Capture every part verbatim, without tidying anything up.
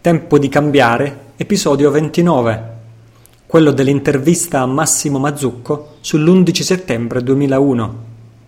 Tempo di cambiare, episodio ventinove, quello dell'intervista a Massimo Mazzucco sull'undici settembre duemilauno.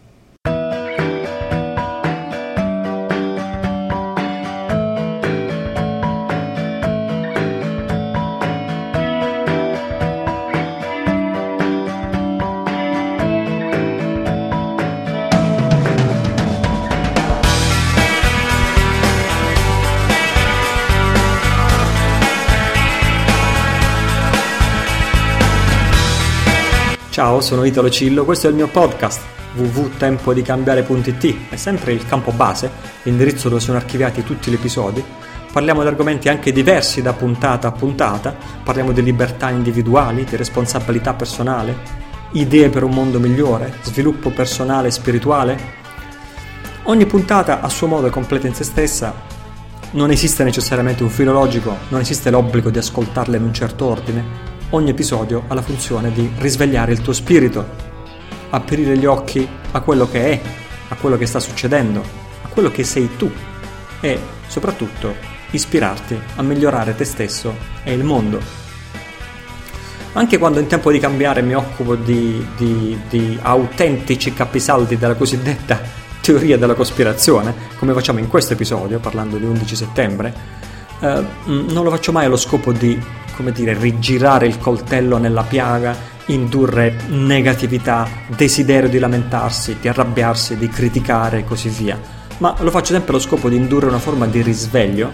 Ciao, sono Italo Cillo, questo è il mio podcast w w w punto tempo di cambiare punto i t. È sempre il campo base, l'indirizzo dove sono archiviati tutti gli episodi. Parliamo di argomenti anche diversi da puntata a puntata. Parliamo di libertà individuali, di responsabilità personale, idee per un mondo migliore, sviluppo personale e spirituale. Ogni puntata a suo modo è completa in se stessa. Non esiste necessariamente un filo logico, non esiste l'obbligo di ascoltarle in un certo ordine. Ogni episodio ha la funzione di risvegliare il tuo spirito, aprire gli occhi a quello che è, a quello che sta succedendo, a quello che sei tu e, soprattutto, ispirarti a migliorare te stesso e il mondo. Anche quando in tempo di cambiare mi occupo di, di, di autentici capisaldi della cosiddetta teoria della cospirazione, come facciamo in questo episodio, parlando di undici settembre, eh, non lo faccio mai allo scopo di come dire, rigirare il coltello nella piaga, indurre negatività, desiderio di lamentarsi, di arrabbiarsi, di criticare e così via. Ma lo faccio sempre allo scopo di indurre una forma di risveglio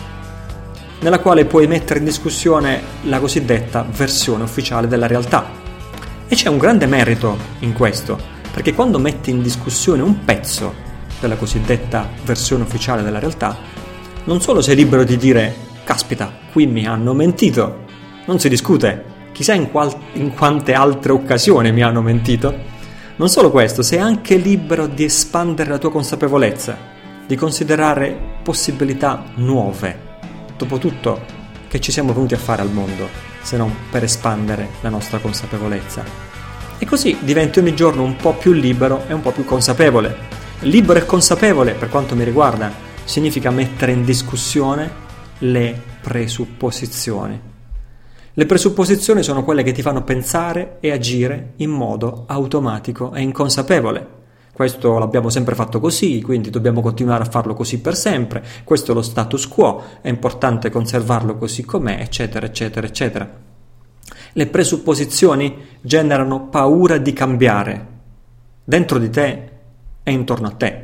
nella quale puoi mettere in discussione la cosiddetta versione ufficiale della realtà. E c'è un grande merito in questo, perché quando metti in discussione un pezzo della cosiddetta versione ufficiale della realtà, non solo sei libero di dire caspita, qui mi hanno mentito, non si discute, chissà in, qual- in quante altre occasioni mi hanno mentito. Non solo questo, sei anche libero di espandere la tua consapevolezza, di considerare possibilità nuove. Dopotutto, che ci siamo venuti a fare al mondo, se non per espandere la nostra consapevolezza? E così diventi ogni giorno un po' più libero e un po' più consapevole. Libero e consapevole, per quanto mi riguarda, significa mettere in discussione le presupposizioni. Le presupposizioni sono quelle che ti fanno pensare e agire in modo automatico e inconsapevole. Questo l'abbiamo sempre fatto così, quindi dobbiamo continuare a farlo così per sempre. Questo è lo status quo, è importante conservarlo così com'è, eccetera, eccetera, eccetera. Le presupposizioni generano paura di cambiare dentro di te e intorno a te.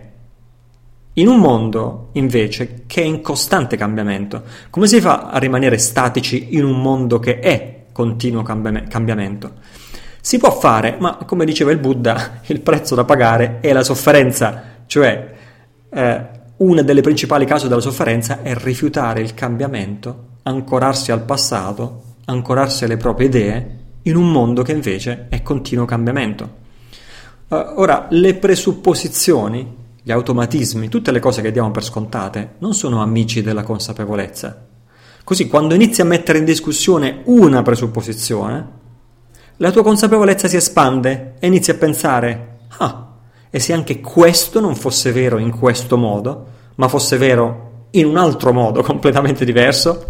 In un mondo, invece, che è in costante cambiamento, come si fa a rimanere statici in un mondo che è continuo cambiamento? Si può fare, ma come diceva il Buddha, il prezzo da pagare è la sofferenza, cioè eh, una delle principali cause della sofferenza è rifiutare il cambiamento, ancorarsi al passato, ancorarsi alle proprie idee, in un mondo che invece è continuo cambiamento. Uh, ora, le presupposizioni, gli automatismi, tutte le cose che diamo per scontate, non sono amici della consapevolezza. Così, quando inizi a mettere in discussione una presupposizione, la tua consapevolezza si espande e inizi a pensare, ah, e se anche questo non fosse vero in questo modo, ma fosse vero in un altro modo completamente diverso?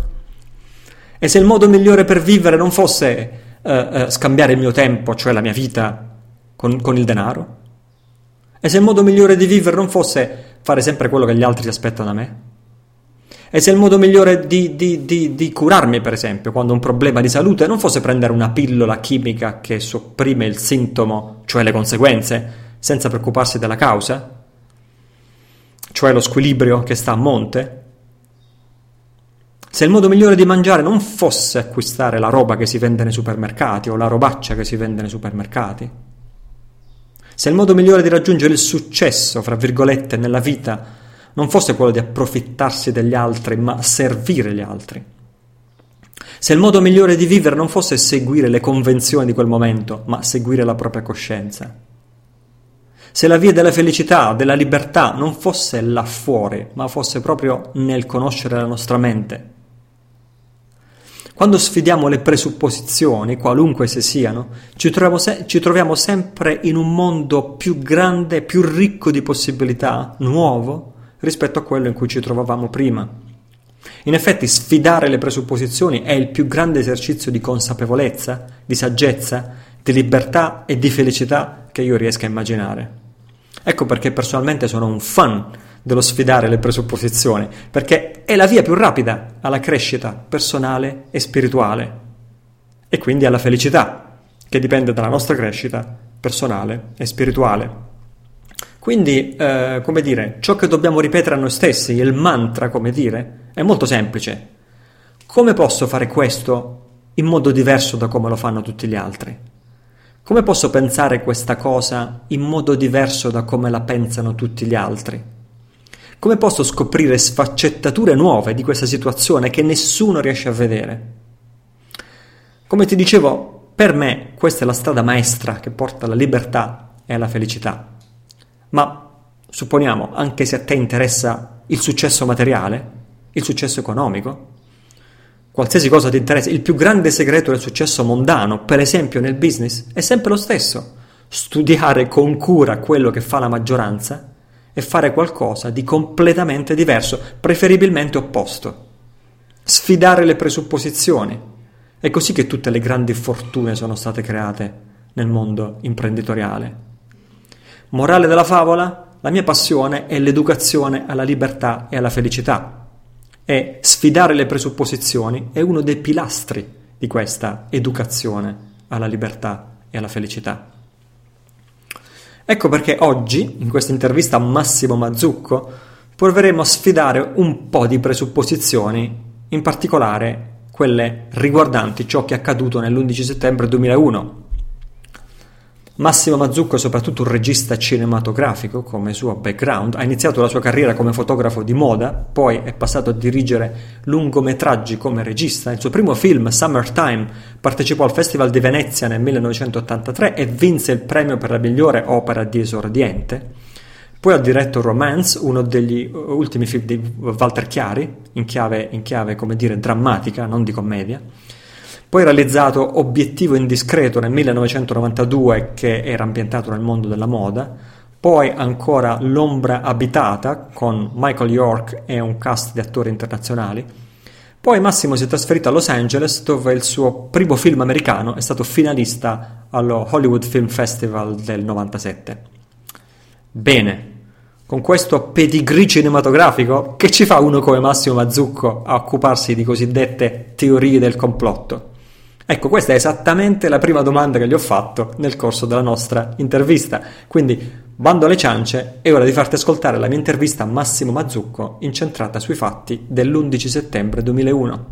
E se il modo migliore per vivere non fosse eh, eh, scambiare il mio tempo, cioè la mia vita, con, con il denaro? E se il modo migliore di vivere non fosse fare sempre quello che gli altri si aspettano da me? E se il modo migliore di, di, di, di curarmi, per esempio, quando ho un problema di salute, non fosse prendere una pillola chimica che sopprime il sintomo, cioè le conseguenze, senza preoccuparsi della causa? Cioè lo squilibrio che sta a monte? Se il modo migliore di mangiare non fosse acquistare la roba che si vende nei supermercati o la robaccia che si vende nei supermercati? Se il modo migliore di raggiungere il successo, fra virgolette, nella vita non fosse quello di approfittarsi degli altri, ma servire gli altri. Se il modo migliore di vivere non fosse seguire le convenzioni di quel momento, ma seguire la propria coscienza. Se la via della felicità, della libertà, non fosse là fuori, ma fosse proprio nel conoscere la nostra mente. Quando sfidiamo le presupposizioni, qualunque esse siano, ci troviamo, se- ci troviamo sempre in un mondo più grande, più ricco di possibilità, nuovo, rispetto a quello in cui ci trovavamo prima. In effetti sfidare le presupposizioni è il più grande esercizio di consapevolezza, di saggezza, di libertà e di felicità che io riesca a immaginare. Ecco perché personalmente sono un fan dello sfidare le presupposizioni, perché è la via più rapida alla crescita personale e spirituale e quindi alla felicità, che dipende dalla nostra crescita personale e spirituale. Quindi, eh, come dire, ciò che dobbiamo ripetere a noi stessi, il mantra, come dire, è molto semplice. Come posso fare questo in modo diverso da come lo fanno tutti gli altri? Come posso pensare questa cosa in modo diverso da come la pensano tutti gli altri? Come posso scoprire sfaccettature nuove di questa situazione che nessuno riesce a vedere? Come ti dicevo, per me questa è la strada maestra che porta alla libertà e alla felicità. Ma supponiamo, anche se a te interessa il successo materiale, il successo economico, qualsiasi cosa ti interessa, il più grande segreto del successo mondano, per esempio nel business, è sempre lo stesso: studiare con cura quello che fa la maggioranza e fare qualcosa di completamente diverso, preferibilmente opposto. Sfidare le presupposizioni. È così che tutte le grandi fortune sono state create nel mondo imprenditoriale. Morale della favola? La mia passione è l'educazione alla libertà e alla felicità. E sfidare le presupposizioni è uno dei pilastri di questa educazione alla libertà e alla felicità. Ecco perché oggi, in questa intervista a Massimo Mazzucco, proveremo a sfidare un po' di presupposizioni, in particolare quelle riguardanti ciò che è accaduto nell'undici settembre duemilauno. Massimo Mazzucco è soprattutto un regista cinematografico come suo background. Ha iniziato la sua carriera come fotografo di moda, poi è passato a dirigere lungometraggi come regista. Il suo primo film, Summertime, partecipò al Festival di Venezia nel millenovecentottantatré e vinse il premio per la migliore opera di esordiente. Poi ha diretto Romance, uno degli ultimi film di Walter Chiari, in chiave, in chiave come dire drammatica, non di commedia. Poi ha realizzato Obiettivo indiscreto nel millenovecentonovantadue, che era ambientato nel mondo della moda. Poi ancora L'ombra abitata con Michael York e un cast di attori internazionali. Poi Massimo si è trasferito a Los Angeles, dove il suo primo film americano è stato finalista allo Hollywood Film Festival del novantasette. Bene, con questo pedigree cinematografico, che ci fa uno come Massimo Mazzucco a occuparsi di cosiddette teorie del complotto? Ecco, questa è esattamente la prima domanda che gli ho fatto nel corso della nostra intervista. Quindi, bando alle ciance, è ora di farti ascoltare la mia intervista a Massimo Mazzucco, incentrata sui fatti dell'undici settembre duemilauno.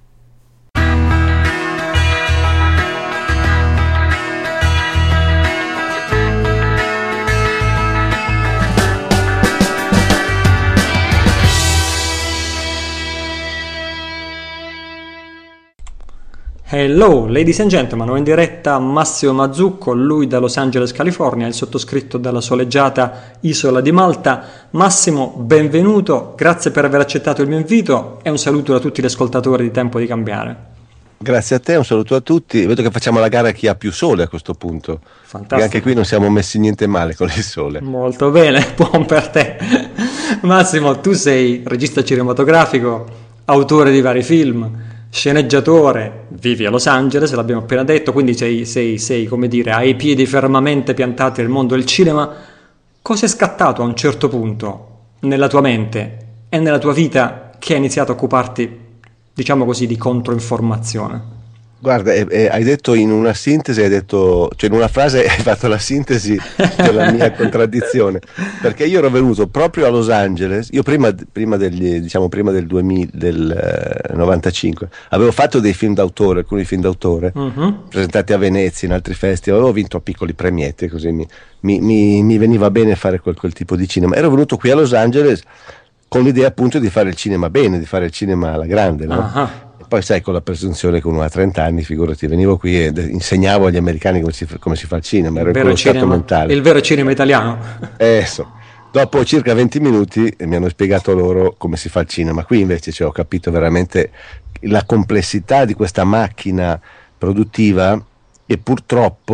Hello, ladies and gentlemen, ho in diretta Massimo Mazzucco, lui da Los Angeles, California, il sottoscritto dalla soleggiata isola di Malta. Massimo, benvenuto, grazie per aver accettato il mio invito e un saluto da tutti gli ascoltatori di Tempo di Cambiare. Grazie a te, un saluto a tutti. Vedo che facciamo la gara a chi ha più sole a questo punto. Fantastico. Perché anche qui non siamo messi niente male con il sole. Molto bene, buon per te. Massimo, tu sei regista cinematografico, autore di vari film, sceneggiatore, vivi a Los Angeles, l'abbiamo appena detto, quindi sei, sei, sei, come dire, hai i piedi fermamente piantati nel mondo del cinema. Cosa è scattato a un certo punto nella tua mente e nella tua vita che hai iniziato a occuparti, diciamo così, di controinformazione? Guarda, eh, eh, hai detto in una sintesi, hai detto, cioè in una frase hai fatto la sintesi della mia contraddizione, perché io ero venuto proprio a Los Angeles, io prima, prima degli, diciamo prima del duemila, del eh, novantacinque, avevo fatto dei film d'autore, alcuni film d'autore, uh-huh. presentati a Venezia, in altri festival, avevo vinto a piccoli premietti, così mi, mi, mi, mi veniva bene fare quel, quel tipo di cinema. Ero venuto qui a Los Angeles con l'idea appunto di fare il cinema bene, di fare il cinema alla grande, no? Uh-huh. Poi sai, con la presunzione che uno ha trenta anni, figurati, venivo qui e insegnavo agli americani come si, come si fa il cinema, ero in quello stato mentale. Il vero cinema italiano. Eh, so. Dopo circa venti minuti mi hanno spiegato loro come si fa il cinema. Qui invece cioè, ho capito veramente la complessità di questa macchina produttiva e purtroppo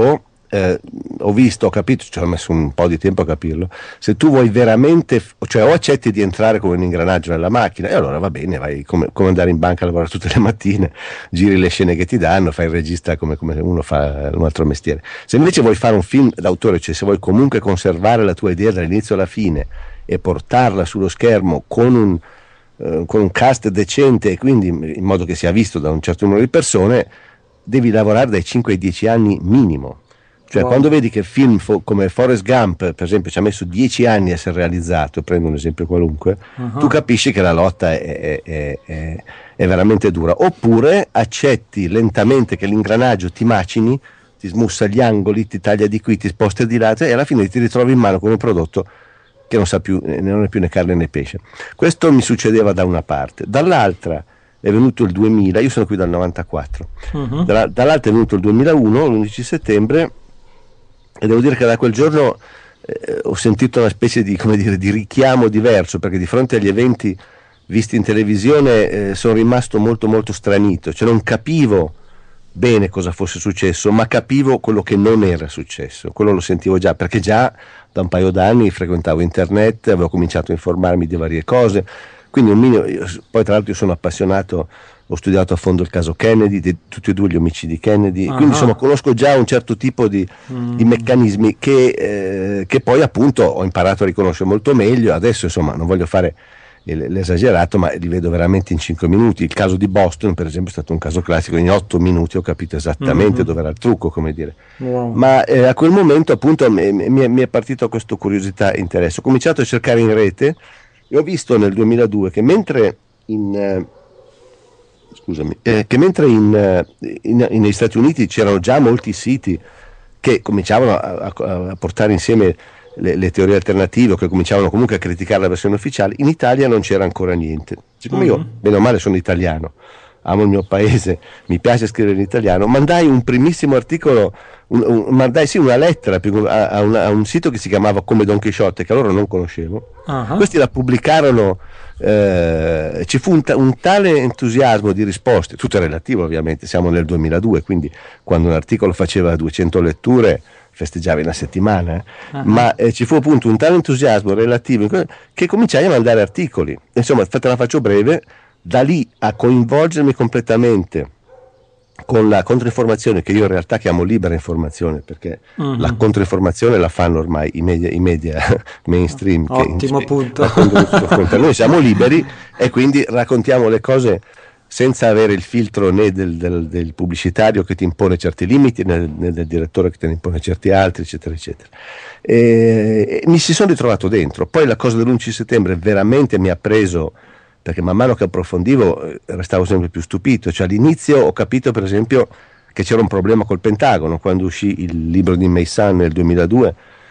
eh, ho visto, ho capito, ci ho messo un po' di tempo a capirlo, se tu vuoi veramente, cioè o accetti di entrare come un ingranaggio nella macchina e allora va bene, vai come, come andare in banca a lavorare tutte le mattine, giri le scene che ti danno, fai il regista come, come uno fa un altro mestiere. Se invece vuoi fare un film d'autore, cioè se vuoi comunque conservare la tua idea dall'inizio alla fine e portarla sullo schermo con un, eh, con un cast decente e quindi in modo che sia visto da un certo numero di persone, devi lavorare dai cinque ai dieci anni minimo. Cioè wow. Quando vedi che film fo- come Forrest Gump per esempio ci ha messo dieci anni a essere realizzato, prendo un esempio qualunque, uh-huh. tu capisci che la lotta è, è, è, è veramente dura. Oppure accetti lentamente che l'ingranaggio ti macini, ti smussa gli angoli, ti taglia di qui, ti sposta di là e alla fine ti ritrovi in mano con un prodotto che non sa più, non è più né carne né pesce. Questo mi succedeva da una parte. Dall'altra è venuto il duemila, io sono qui dal novantaquattro, uh-huh. Dalla, dall'altra è venuto il duemilauno, l'undici settembre, e devo dire che da quel giorno eh, ho sentito una specie di, come dire, di richiamo diverso, perché di fronte agli eventi visti in televisione eh, sono rimasto molto molto stranito, cioè non capivo bene cosa fosse successo, ma capivo quello che non era successo, quello lo sentivo già, perché già da un paio d'anni frequentavo internet, avevo cominciato a informarmi di varie cose, quindi un minimo, io, poi tra l'altro io sono appassionato, ho studiato a fondo il caso Kennedy, di tutti e due gli omicidi Kennedy, uh-huh. quindi insomma conosco già un certo tipo di, mm. di meccanismi che, eh, che poi appunto ho imparato a riconoscere molto meglio. Adesso insomma non voglio fare l'esagerato, ma li vedo veramente in cinque minuti. Il caso di Boston per esempio è stato un caso classico, in otto minuti ho capito esattamente mm-hmm. dove era il trucco, come dire. Wow. Ma eh, a quel momento appunto mi, mi, mi è partito questa curiosità e interesse. Ho cominciato a cercare in rete e ho visto nel duemiladue che mentre in... Eh, Scusami, eh, che mentre in, in, in, negli Stati Uniti c'erano già molti siti che cominciavano a, a, a portare insieme le, le teorie alternative, che cominciavano comunque a criticare la versione ufficiale, in Italia non c'era ancora niente. Siccome mm-hmm. io, bene o male, sono italiano, amo il mio paese, mi piace scrivere in italiano, mandai un primissimo articolo, un, un, mandai sì una lettera a, a, una, a un sito che si chiamava Come Don Chisciotte, che allora non conoscevo. Uh-huh. Questi la pubblicarono. Eh, ci fu un, ta- un tale entusiasmo di risposte, tutto è relativo ovviamente, siamo nel duemiladue, quindi quando un articolo faceva duecento letture festeggiava in una settimana, eh? uh-huh. ma eh, ci fu appunto un tale entusiasmo relativo che cominciai a mandare articoli, insomma te la faccio breve, da lì a coinvolgermi completamente con la controinformazione, che io in realtà chiamo libera informazione, perché uh-huh. la controinformazione la fanno ormai i media, i media mainstream. Ottimo che, punto. Noi siamo liberi e quindi raccontiamo le cose senza avere il filtro né del, del, del pubblicitario che ti impone certi limiti, né, né del direttore che te ne impone certi altri, eccetera, eccetera. E, e mi si sono ritrovato dentro. Poi la cosa dell'undici settembre veramente mi ha preso, perché man mano che approfondivo restavo sempre più stupito. Cioè all'inizio ho capito per esempio che c'era un problema col Pentagono quando uscì il libro di Mason nel duemiladue,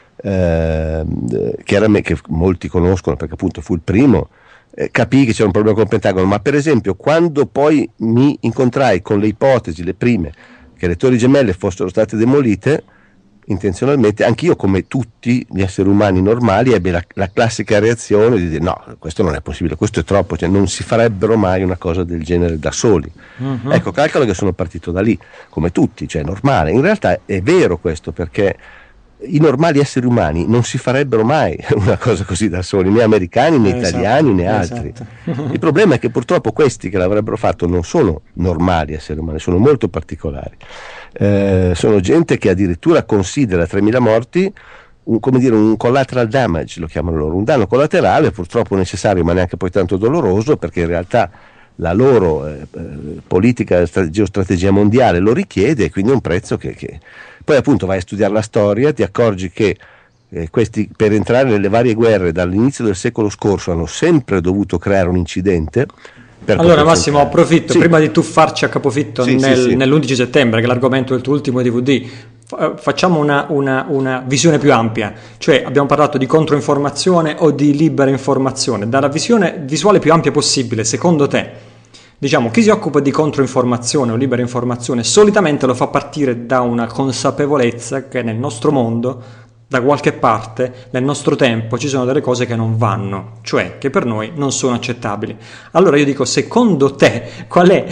eh, che, era me, che molti conoscono perché appunto fu il primo, eh, capii che c'era un problema col Pentagono, ma per esempio quando poi mi incontrai con le ipotesi, le prime, che le torri gemelle fossero state demolite intenzionalmente, anch'io come tutti gli esseri umani normali ebbe la, la classica reazione di dire no, questo non è possibile, questo è troppo, cioè non si farebbero mai una cosa del genere da soli. Uh-huh. Ecco, calcolo che sono partito da lì, come tutti, cioè normale. In realtà è vero questo, perché i normali esseri umani non si farebbero mai una cosa così da soli, né americani né esatto, italiani né altri. Esatto. Il problema è che purtroppo questi che l'avrebbero fatto non sono normali esseri umani, sono molto particolari. Eh, sono gente che addirittura considera tremila morti un, come dire, un collateral damage, lo chiamano loro, un danno collaterale purtroppo necessario ma neanche poi tanto doloroso, perché in realtà la loro eh, politica geostrategia mondiale lo richiede, e quindi è un prezzo che, che poi appunto vai a studiare la storia, ti accorgi che eh, questi per entrare nelle varie guerre dall'inizio del secolo scorso hanno sempre dovuto creare un incidente. Allora Massimo, approfitto, sì. prima di tuffarci a capofitto sì, nel, sì, sì. nell'undici settembre, che è l'argomento del tuo ultimo D V D, facciamo una, una, una visione più ampia, cioè abbiamo parlato di controinformazione o di libera informazione. Dalla visione visuale più ampia possibile, secondo te, diciamo, chi si occupa di controinformazione o libera informazione solitamente lo fa partire da una consapevolezza che nel nostro mondo, da qualche parte, nel nostro tempo ci sono delle cose che non vanno, cioè che per noi non sono accettabili. Allora io dico, secondo te qual è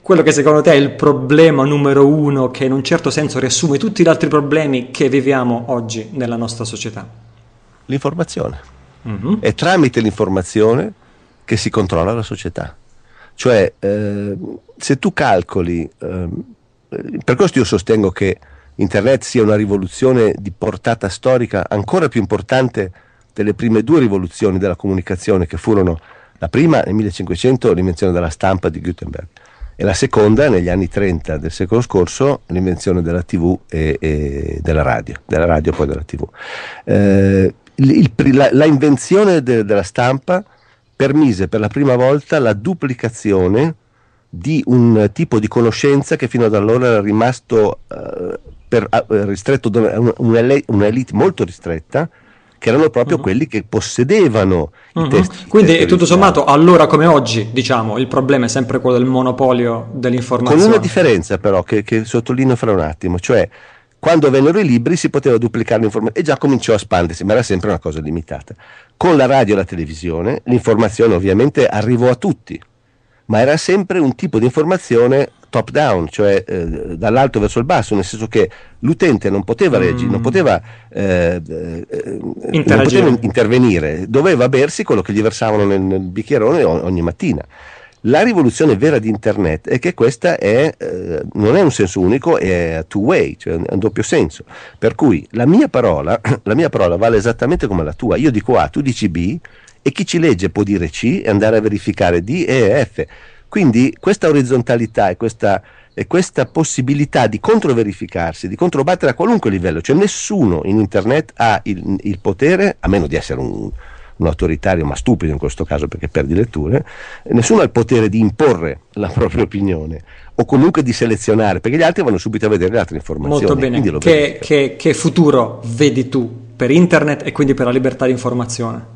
quello che secondo te è il problema numero uno che in un certo senso riassume tutti gli altri problemi che viviamo oggi nella nostra società? L'informazione. Mm-hmm. È tramite l'informazione che si controlla la società. Cioè, eh, se tu calcoli, eh, per questo io sostengo che Internet sia una rivoluzione di portata storica ancora più importante delle prime due rivoluzioni della comunicazione, che furono la prima nel millecinquecento, l'invenzione della stampa di Gutenberg, e la seconda negli anni trenta del secolo scorso, l'invenzione della tivù e, e della radio, della radio poi della tivù. Eh, il, il, la, la invenzione de, della stampa permise per la prima volta la duplicazione di un tipo di conoscenza che fino ad allora era rimasto uh, per, uh, ristretto da un'elite molto ristretta, che erano proprio uh-huh. quelli che possedevano uh-huh. i testi. Quindi testi tutto sommato, allora come oggi, diciamo, il problema è sempre quello del monopolio dell'informazione. Con una differenza però che, che sottolineo fra un attimo, cioè quando vennero i libri si poteva duplicare l'informazione e già cominciò a espandersi, ma era sempre una cosa limitata. Con la radio e la televisione l'informazione ovviamente arrivò a tutti, ma era sempre un tipo di informazione top down, cioè eh, dall'alto verso il basso, nel senso che l'utente non poteva reagire, mm. non poteva, eh, eh, non poteva intervenire, doveva bersi quello che gli versavano nel, nel bicchierone ogni mattina. La rivoluzione vera di Internet è che questa è, eh, non è un senso unico, è two way, cioè è un doppio senso, per cui la mia parola la mia parola vale esattamente come la tua. Io dico A, tu dici B, e chi ci legge può dire C e andare a verificare D, E e F. Quindi questa orizzontalità e questa, e questa possibilità di controverificarsi, di controbattere a qualunque livello, cioè nessuno in Internet ha il, il potere, a meno di essere un, un autoritario ma stupido in questo caso perché perdi letture, nessuno ha il potere di imporre la propria opinione o comunque di selezionare, perché gli altri vanno subito a vedere le altre informazioni. Molto bene, che, che, che futuro vedi tu per Internet e quindi per la libertà di informazione?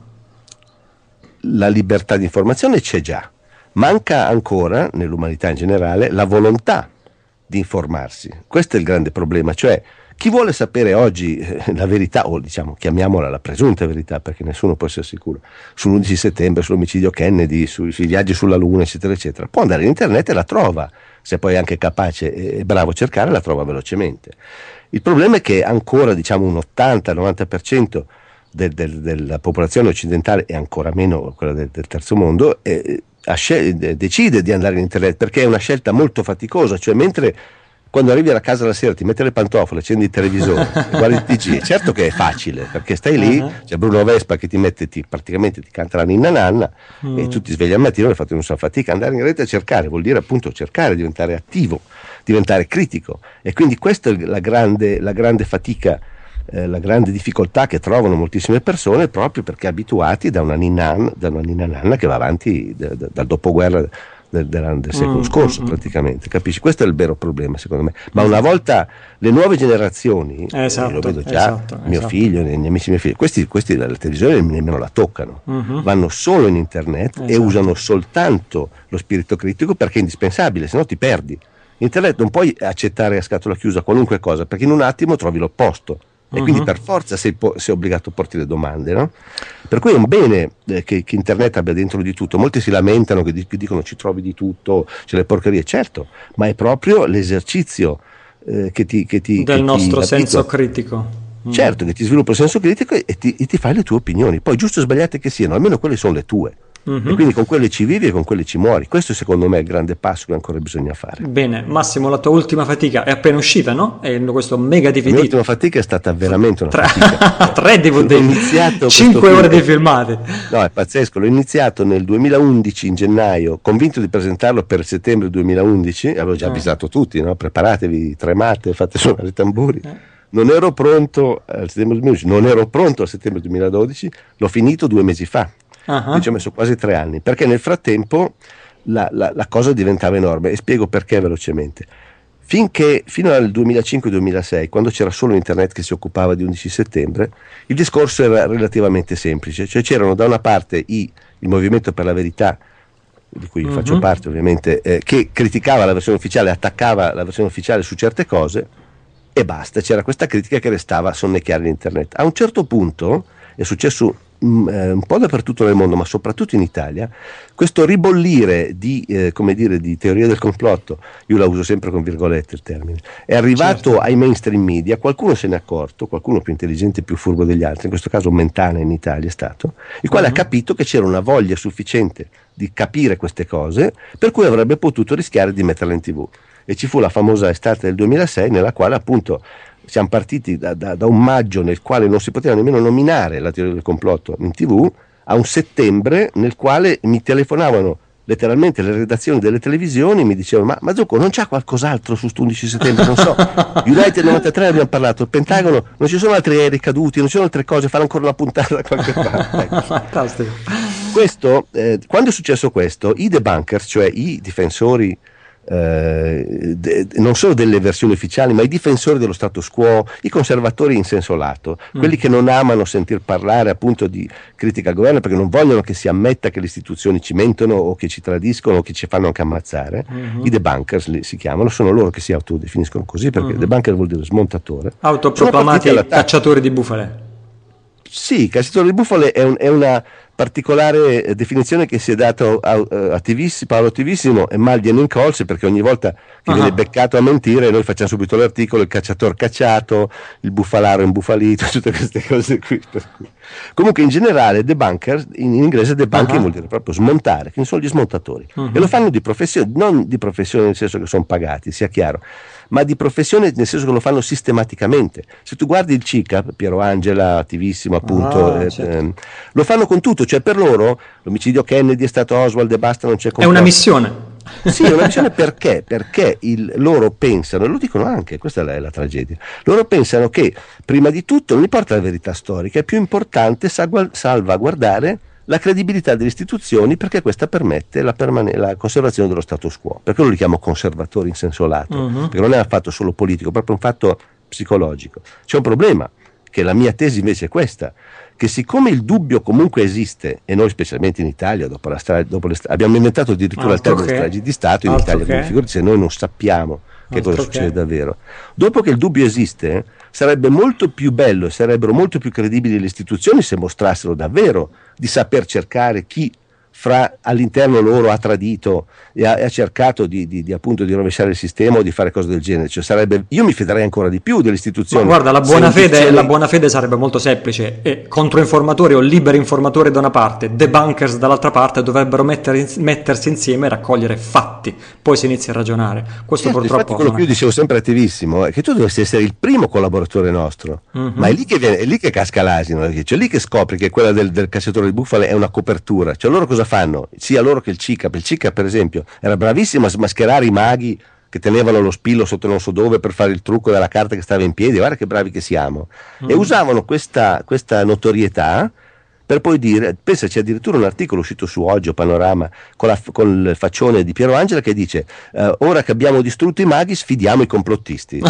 La libertà di informazione c'è già, manca ancora nell'umanità in generale la volontà di informarsi. Questo è il grande problema, cioè chi vuole sapere oggi eh, la verità, o diciamo chiamiamola la presunta verità, perché nessuno può essere sicuro, sull'undici settembre, sull'omicidio Kennedy, sui, sui viaggi sulla Luna, eccetera, eccetera, può andare in internet e la trova, se poi è anche capace e bravo a cercare, la trova velocemente. Il problema è che ancora diciamo un ottanta novanta per cento del, del, della popolazione occidentale, e ancora meno quella del, del terzo mondo, eh, scel- decide di andare in internet perché è una scelta molto faticosa, cioè mentre quando arrivi a casa la sera ti metti le pantofole, accendi il televisore, guardi il T G, certo che è facile perché stai lì, uh-huh. c'è Bruno Vespa che ti mette, ti, praticamente ti canta la ninna nanna uh-huh. e tu ti svegli al mattino e fate un sa fatica. Andare in rete a cercare vuol dire appunto cercare, diventare attivo, diventare critico, e quindi questa è la grande, la grande fatica, eh, la grande difficoltà che trovano moltissime persone, proprio perché abituati da una ninna, da una ninna nanna che va avanti da, da, dal dopoguerra del, del, del secolo mm, scorso mm, praticamente, capisci? Questo è il vero problema secondo me, ma una volta le nuove generazioni, esatto, lo vedo già, esatto, mio esatto. figlio, i miei amici miei figli, questi, questi la televisione nemmeno la toccano, mm-hmm. vanno solo in internet, esatto. e usano soltanto lo spirito critico perché è indispensabile, se no ti perdi. Internet non puoi accettare a scatola chiusa qualunque cosa, perché in un attimo trovi l'opposto. E uh-huh. quindi per forza sei, po- sei obbligato a porti le domande, no? Per cui è un bene eh, che, che internet abbia dentro di tutto. Molti si lamentano, che, di- che dicono ci trovi di tutto, c'è le porcherie, certo, ma è proprio l'esercizio eh, che ti, che ti del che nostro ti, senso critico. Certo, che ti sviluppa il senso critico e ti, e ti fai le tue opinioni, poi giusto o sbagliate che siano, almeno quelle sono le tue. Uh-huh. E quindi con quelle ci vivi e con quelle ci muori. Questo secondo me è il grande passo che ancora bisogna fare. Bene, Massimo, la tua ultima fatica è appena uscita, no? È questo mega D V D. La mia ultima fatica è stata veramente una Tre, fatica. Tre D V D, iniziato cinque ore di filmati. No, è pazzesco. L'ho iniziato nel duemilaundici in gennaio, convinto di presentarlo per settembre duemilaundici. Avevo già avvisato eh. tutti, no? Preparatevi, tremate, fate suonare i tamburi. Eh. Non ero pronto al settembre duemilaundici, non ero pronto al settembre duemiladodici. L'ho finito due mesi fa. Uh-huh. Ci ho messo quasi tre anni, perché nel frattempo la, la, la cosa diventava enorme, e spiego perché velocemente. Finché fino al duemilacinque duemilasei, quando c'era solo internet che si occupava di undici settembre, il discorso era relativamente semplice, cioè c'erano da una parte i, il Movimento per la Verità, di cui uh-huh. faccio parte ovviamente, eh, che criticava la versione ufficiale, attaccava la versione ufficiale su certe cose, e basta. C'era questa critica che restava a sonnecchiare l'internet. A un certo punto è successo mh, un po' dappertutto nel mondo, ma soprattutto in Italia, questo ribollire di, eh, come dire, di teoria del complotto, io la uso sempre con virgolette il termine, è arrivato certo. ai mainstream media, qualcuno se n'è accorto, qualcuno più intelligente e più furbo degli altri, in questo caso Mentana in Italia è stato, il quale uh-huh. ha capito che c'era una voglia sufficiente di capire queste cose, per cui avrebbe potuto rischiare di metterla in tv. E ci fu la famosa estate del duemilasei nella quale appunto siamo partiti da, da, da un maggio nel quale non si poteva nemmeno nominare la teoria del complotto in tv, a un settembre nel quale mi telefonavano letteralmente le redazioni delle televisioni, mi dicevano ma, ma Zucco non c'è qualcos'altro su undici settembre, non so, United novantatré abbiamo parlato, il Pentagono, non ci sono altri aerei caduti, non ci sono altre cose, fare ancora una puntata da qualche parte. Ecco. Fantastico. Questo, eh, quando è successo questo, i debunkers, cioè i difensori Eh, de, non solo delle versioni ufficiali, ma i difensori dello status quo, i conservatori in senso lato, mm. quelli che non amano sentir parlare appunto di critica al governo perché non vogliono che si ammetta che le istituzioni ci mentono o che ci tradiscono o che ci fanno anche ammazzare, mm-hmm. i debunkers li si chiamano, sono loro che si autodefiniscono così perché mm-hmm. debunker vuol dire smontatore, autoproclamati cacciatori di bufale. Sì, cacciatore di bufale è, un, è una particolare definizione che si è dato a, a, a Tivissimo, Paolo Tivissimo e mal viene in colse perché ogni volta che uh-huh. viene beccato a mentire noi facciamo subito l'articolo il cacciatore cacciato, il bufalaro imbufalito, tutte queste cose qui. Per cui. Comunque in generale debunker, in inglese debunking uh-huh. vuol dire proprio smontare, che sono gli smontatori uh-huh. e lo fanno di professione, non di professione nel senso che sono pagati, sia chiaro, ma di professione nel senso che lo fanno sistematicamente. Se tu guardi il C I C A, Piero Angela, attivissimo appunto, ah, eh, certo. eh, lo fanno con tutto, cioè per loro l'omicidio Kennedy è stato Oswald e basta, non c'è complotto. È una missione. Sì, è una missione perché? Perché il, loro pensano, e lo dicono anche, questa è la, la tragedia, loro pensano che prima di tutto non importa la verità storica, è più importante salva, salvaguardare la credibilità delle istituzioni perché questa permette la, permane- la conservazione dello status quo. Perché lo li chiamo conservatori in senso lato, uh-huh. perché non è un fatto solo politico, è proprio un fatto psicologico. C'è un problema, che la mia tesi invece è questa, che siccome il dubbio comunque esiste, e noi specialmente in Italia dopo la stra- dopo le stra- abbiamo inventato addirittura altro il termine stragi di Stato in Italia, quindi figurati se noi non sappiamo che altro cosa succede che. davvero. Dopo che il dubbio esiste, sarebbe molto più bello e sarebbero molto più credibili le istituzioni se mostrassero davvero di saper cercare chi fra all'interno loro ha tradito e ha, e ha cercato di, di, di appunto di rovesciare il sistema o di fare cose del genere. Cioè sarebbe, io mi fiderei ancora di più delle istituzioni. Ma guarda, la buona, fede, istituzioni... la buona fede sarebbe molto semplice, e controinformatori o liberi informatori da una parte, debunkers dall'altra parte dovrebbero mettere, mettersi insieme e raccogliere fatti, poi si inizia a ragionare. Questo certo, purtroppo infatti, quello che io dicevo sempre attivissimo è che tu dovresti essere il primo collaboratore nostro, mm-hmm. ma è lì che viene, è lì che casca l'asino, cioè lì che scopri che quella del, del cacciatore di bufale è una copertura. Cioè loro cosa fanno? Sia loro che il C I C A. Il C I C A per esempio era bravissimo a smascherare i maghi che tenevano lo spillo sotto non so dove per fare il trucco della carta che stava in piedi, guarda che bravi che siamo, mm. e usavano questa, questa notorietà per poi dire, pensaci addirittura un articolo uscito su Oggi o Panorama con, la, con il faccione di Piero Angela che dice uh, ora che abbiamo distrutto i maghi sfidiamo i complottisti.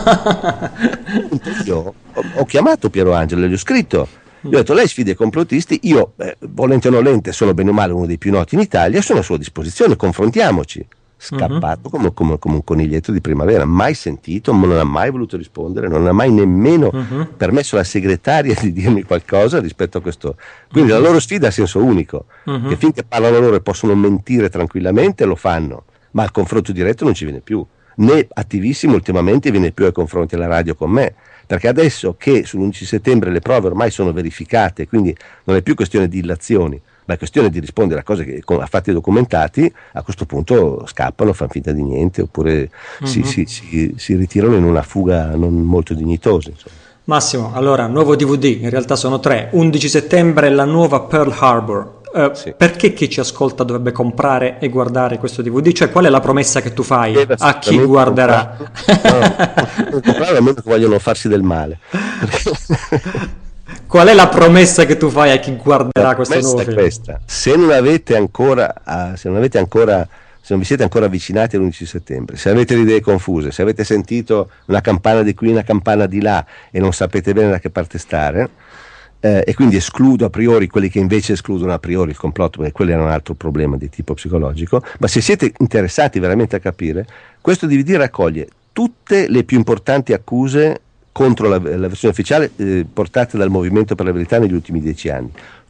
Io ho, ho chiamato Piero Angela, gli ho scritto, io ho detto lei sfida i complottisti, io eh, volente o nolente sono bene o male uno dei più noti in Italia, sono a sua disposizione, confrontiamoci. Scappato uh-huh. come, come, come un coniglietto di primavera, mai sentito, non ha mai voluto rispondere, non ha mai nemmeno uh-huh. permesso alla segretaria di dirmi qualcosa rispetto a questo. Quindi uh-huh. la loro sfida ha senso unico, uh-huh. che finché parlano loro e possono mentire tranquillamente lo fanno, ma al confronto diretto non ci viene più, né attivissimo ultimamente viene più ai confronti alla radio con me, perché adesso che sull'undici settembre le prove ormai sono verificate, quindi non è più questione di illazioni, ma è questione di rispondere a cose che a fatti documentati, a questo punto scappano, fanno finta di niente, oppure uh-huh. si, si, si, si ritirano in una fuga non molto dignitosa. Insomma. Massimo, allora, nuovo D V D, in realtà sono tre, undici settembre la nuova Pearl Harbor. Uh, sì. Perché chi ci ascolta dovrebbe comprare e guardare questo D V D? Cioè qual è la promessa che tu fai Deve a chi guarderà? Non comprare a meno che vogliono farsi del male. Qual è la promessa che tu fai a chi guarderà la questo nuovo film? Questa. Se non avete ancora, uh, se non avete ancora, se non vi siete ancora avvicinati all'undici settembre, se avete le idee confuse, se avete sentito una campana di qui, una campana di là e non sapete bene da che parte stare, eh, e quindi escludo a priori quelli che invece escludono a priori il complotto, perché quello era un altro problema di tipo psicologico, ma se siete interessati veramente a capire, questo D V D raccoglie tutte le più importanti accuse contro la, la versione ufficiale eh, portate dal Movimento per la Verità negli ultimi dieci anni.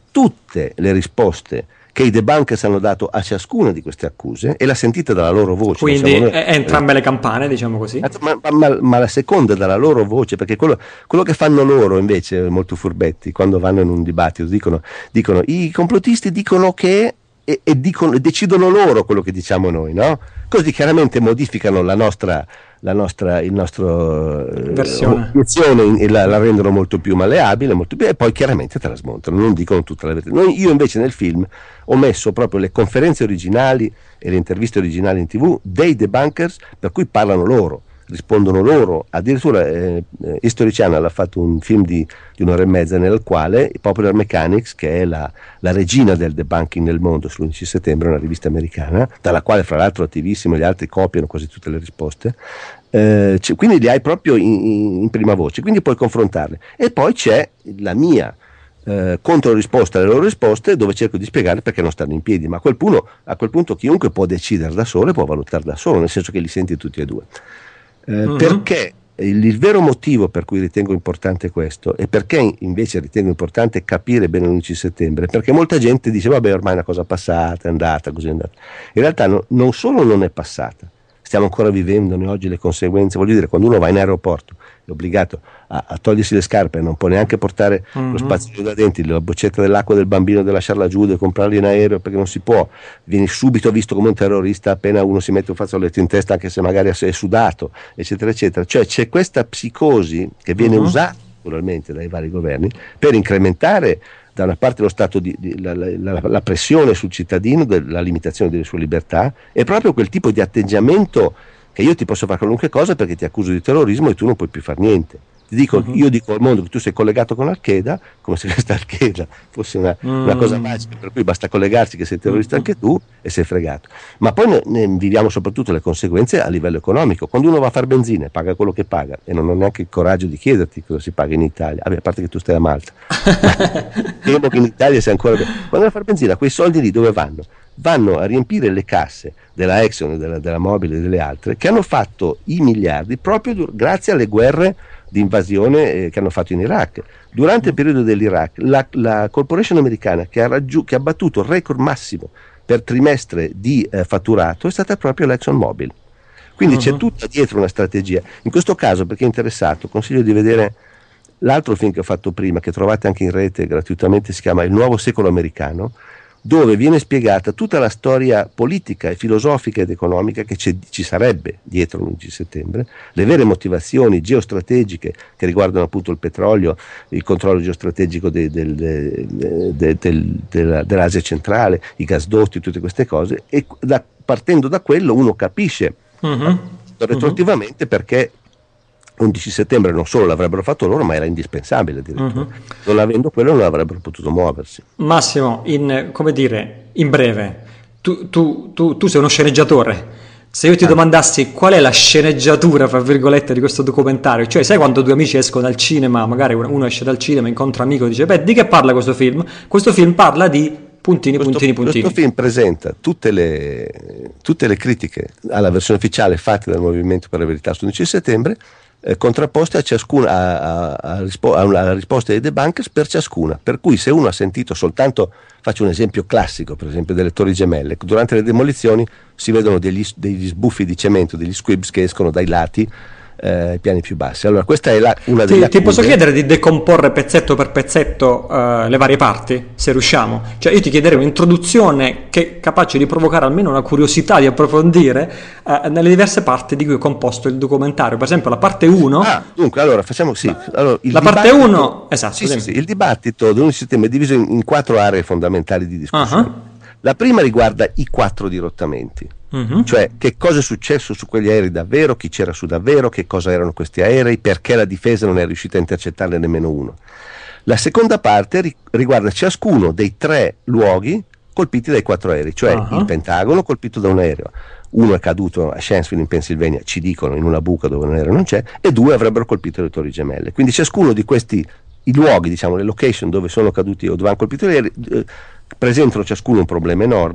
tutte le risposte che i debunkers hanno dato a ciascuna di queste accuse e l'ha sentita dalla loro voce. Quindi è entrambe le campane, diciamo così. Ma, ma, ma la seconda dalla loro voce, perché quello, quello che fanno loro invece, molto furbetti, quando vanno in un dibattito, dicono, dicono i complottisti dicono che e, e dicono, decidono loro quello che diciamo noi, no? Così chiaramente modificano la nostra la nostra il nostro versione eh, la, la rendono molto più malleabile, molto più, e poi chiaramente te la smontano, non dicono tutta la verità. Noi, io invece nel film ho messo proprio le conferenze originali e le interviste originali in tv dei debunkers, per cui parlano loro, rispondono loro. Addirittura eh, History Channel ha fatto un film di, di un'ora e mezza nel quale Popular Mechanics, che è la, la regina del debunking nel mondo, sull'undici settembre, una rivista americana, dalla quale fra l'altro attivissimo, gli altri copiano quasi tutte le risposte, eh, cioè, quindi li hai proprio in, in prima voce, quindi puoi confrontarle. E poi c'è la mia eh, controrisposta alle loro risposte, dove cerco di spiegare perché non stanno in piedi, ma a quel punto, a quel punto chiunque può decidere da solo e può valutare da solo, nel senso che li senti tutti e due. Eh, uh-huh. Perché il, il vero motivo per cui ritengo importante questo, e perché invece ritengo importante capire bene l'undici settembre, perché molta gente dice vabbè, ormai è una cosa passata, è andata, così è andata. In realtà no, non solo non è passata, stiamo ancora vivendone oggi le conseguenze. Voglio dire, quando uno va in aeroporto è obbligato a, a togliersi le scarpe e non può neanche portare mm-hmm. lo spazio da denti, la boccetta dell'acqua del bambino da lasciarla giù e comprarla in aereo, perché non si può, vieni subito visto come un terrorista appena uno si mette un fazzoletto in testa, anche se magari è sudato, eccetera eccetera. Cioè c'è questa psicosi che viene mm-hmm. usata naturalmente dai vari governi per incrementare da una parte lo stato di, di la, la, la pressione sul cittadino, la limitazione delle sue libertà, e proprio quel tipo di atteggiamento che io ti posso fare qualunque cosa perché ti accuso di terrorismo e tu non puoi più fare niente. Ti dico, uh-huh. io dico al mondo che tu sei collegato con Al-Qaeda, come se questa Al-Qaeda fosse una, mm. una cosa magica, per cui basta collegarsi che sei terrorista anche tu e sei fregato. Ma poi ne, ne viviamo soprattutto le conseguenze a livello economico. Quando uno va a fare benzina e paga quello che paga, e non ho neanche il coraggio di chiederti cosa si paga in Italia, vabbè, a parte che tu stai a Malta, temo che in Italia sia ancora bene. Quando vai a fare benzina, quei soldi lì dove vanno? Vanno a riempire le casse della Exxon, della, della Mobil e delle altre, che hanno fatto i miliardi proprio dur- grazie alle guerre di invasione eh, che hanno fatto in Iraq. Durante il periodo dell'Iraq, la, la corporation americana che ha, raggiu- che ha battuto il record massimo per trimestre di eh, fatturato è stata proprio l'ExxonMobil. Quindi uh-huh. c'è tutta dietro una strategia. In questo caso, per chi è interessato, consiglio di vedere l'altro film che ho fatto prima, che trovate anche in rete gratuitamente, si chiama Il nuovo secolo americano, dove viene spiegata tutta la storia politica e filosofica ed economica che ci sarebbe dietro l'undici settembre, le vere motivazioni geostrategiche che riguardano appunto il petrolio, il controllo geostrategico de, de, de, de, de, de, dell'Asia centrale, i gasdotti, tutte queste cose, e da, partendo da quello uno capisce uh-huh. retroattivamente uh-huh. perché l'undici settembre non solo l'avrebbero fatto loro, ma era indispensabile addirittura. Uh-huh. Non avendo quello non avrebbero potuto muoversi. Massimo, in, come dire, in breve, tu, tu, tu, tu sei uno sceneggiatore. Se io ti ah. domandassi qual è la sceneggiatura, fra virgolette, di questo documentario, cioè sai quando due amici escono dal cinema, magari uno esce dal cinema, incontra un amico e dice beh, di che parla questo film? Questo film parla di puntini, questo, puntini, puntini. Questo film presenta tutte le, tutte le critiche alla versione ufficiale fatte dal Movimento per la Verità sull'undici settembre, Eh, contrapposte a ciascuna a, a, a, rispo- a una risposta dei debunkers per ciascuna, per cui se uno ha sentito soltanto, faccio un esempio classico per esempio delle Torri Gemelle, durante le demolizioni si vedono degli, degli sbuffi di cemento, degli squibs che escono dai lati eh, piani più bassi. Allora questa è la, una delle ti, ti posso chiedere di decomporre pezzetto per pezzetto uh, le varie parti, se riusciamo? Cioè io ti chiederei un'introduzione che è capace di provocare almeno una curiosità di approfondire uh, nelle diverse parti di cui è composto il documentario. Per esempio la parte uno. Ah, dunque allora facciamo sì. Allora, il la parte uno, esatto. Sì, sì, sì, il dibattito dell'undici settembre è diviso in, in quattro aree fondamentali di discussione. Uh-huh. La prima riguarda i quattro dirottamenti, uh-huh. cioè che cosa è successo su quegli aerei davvero, chi c'era su davvero, che cosa erano questi aerei, perché la difesa non è riuscita a intercettarne nemmeno uno. La seconda parte ri- riguarda ciascuno dei tre luoghi colpiti dai quattro aerei, cioè uh-huh. il Pentagono colpito da un aereo, uno è caduto a Shanksville in Pennsylvania, ci dicono, in una buca dove un aereo non c'è, e due avrebbero colpito le Torri Gemelle. Quindi ciascuno di questi i luoghi, diciamo le location dove sono caduti o dove hanno colpito gli aerei, eh, presentano ciascuno un problema enorme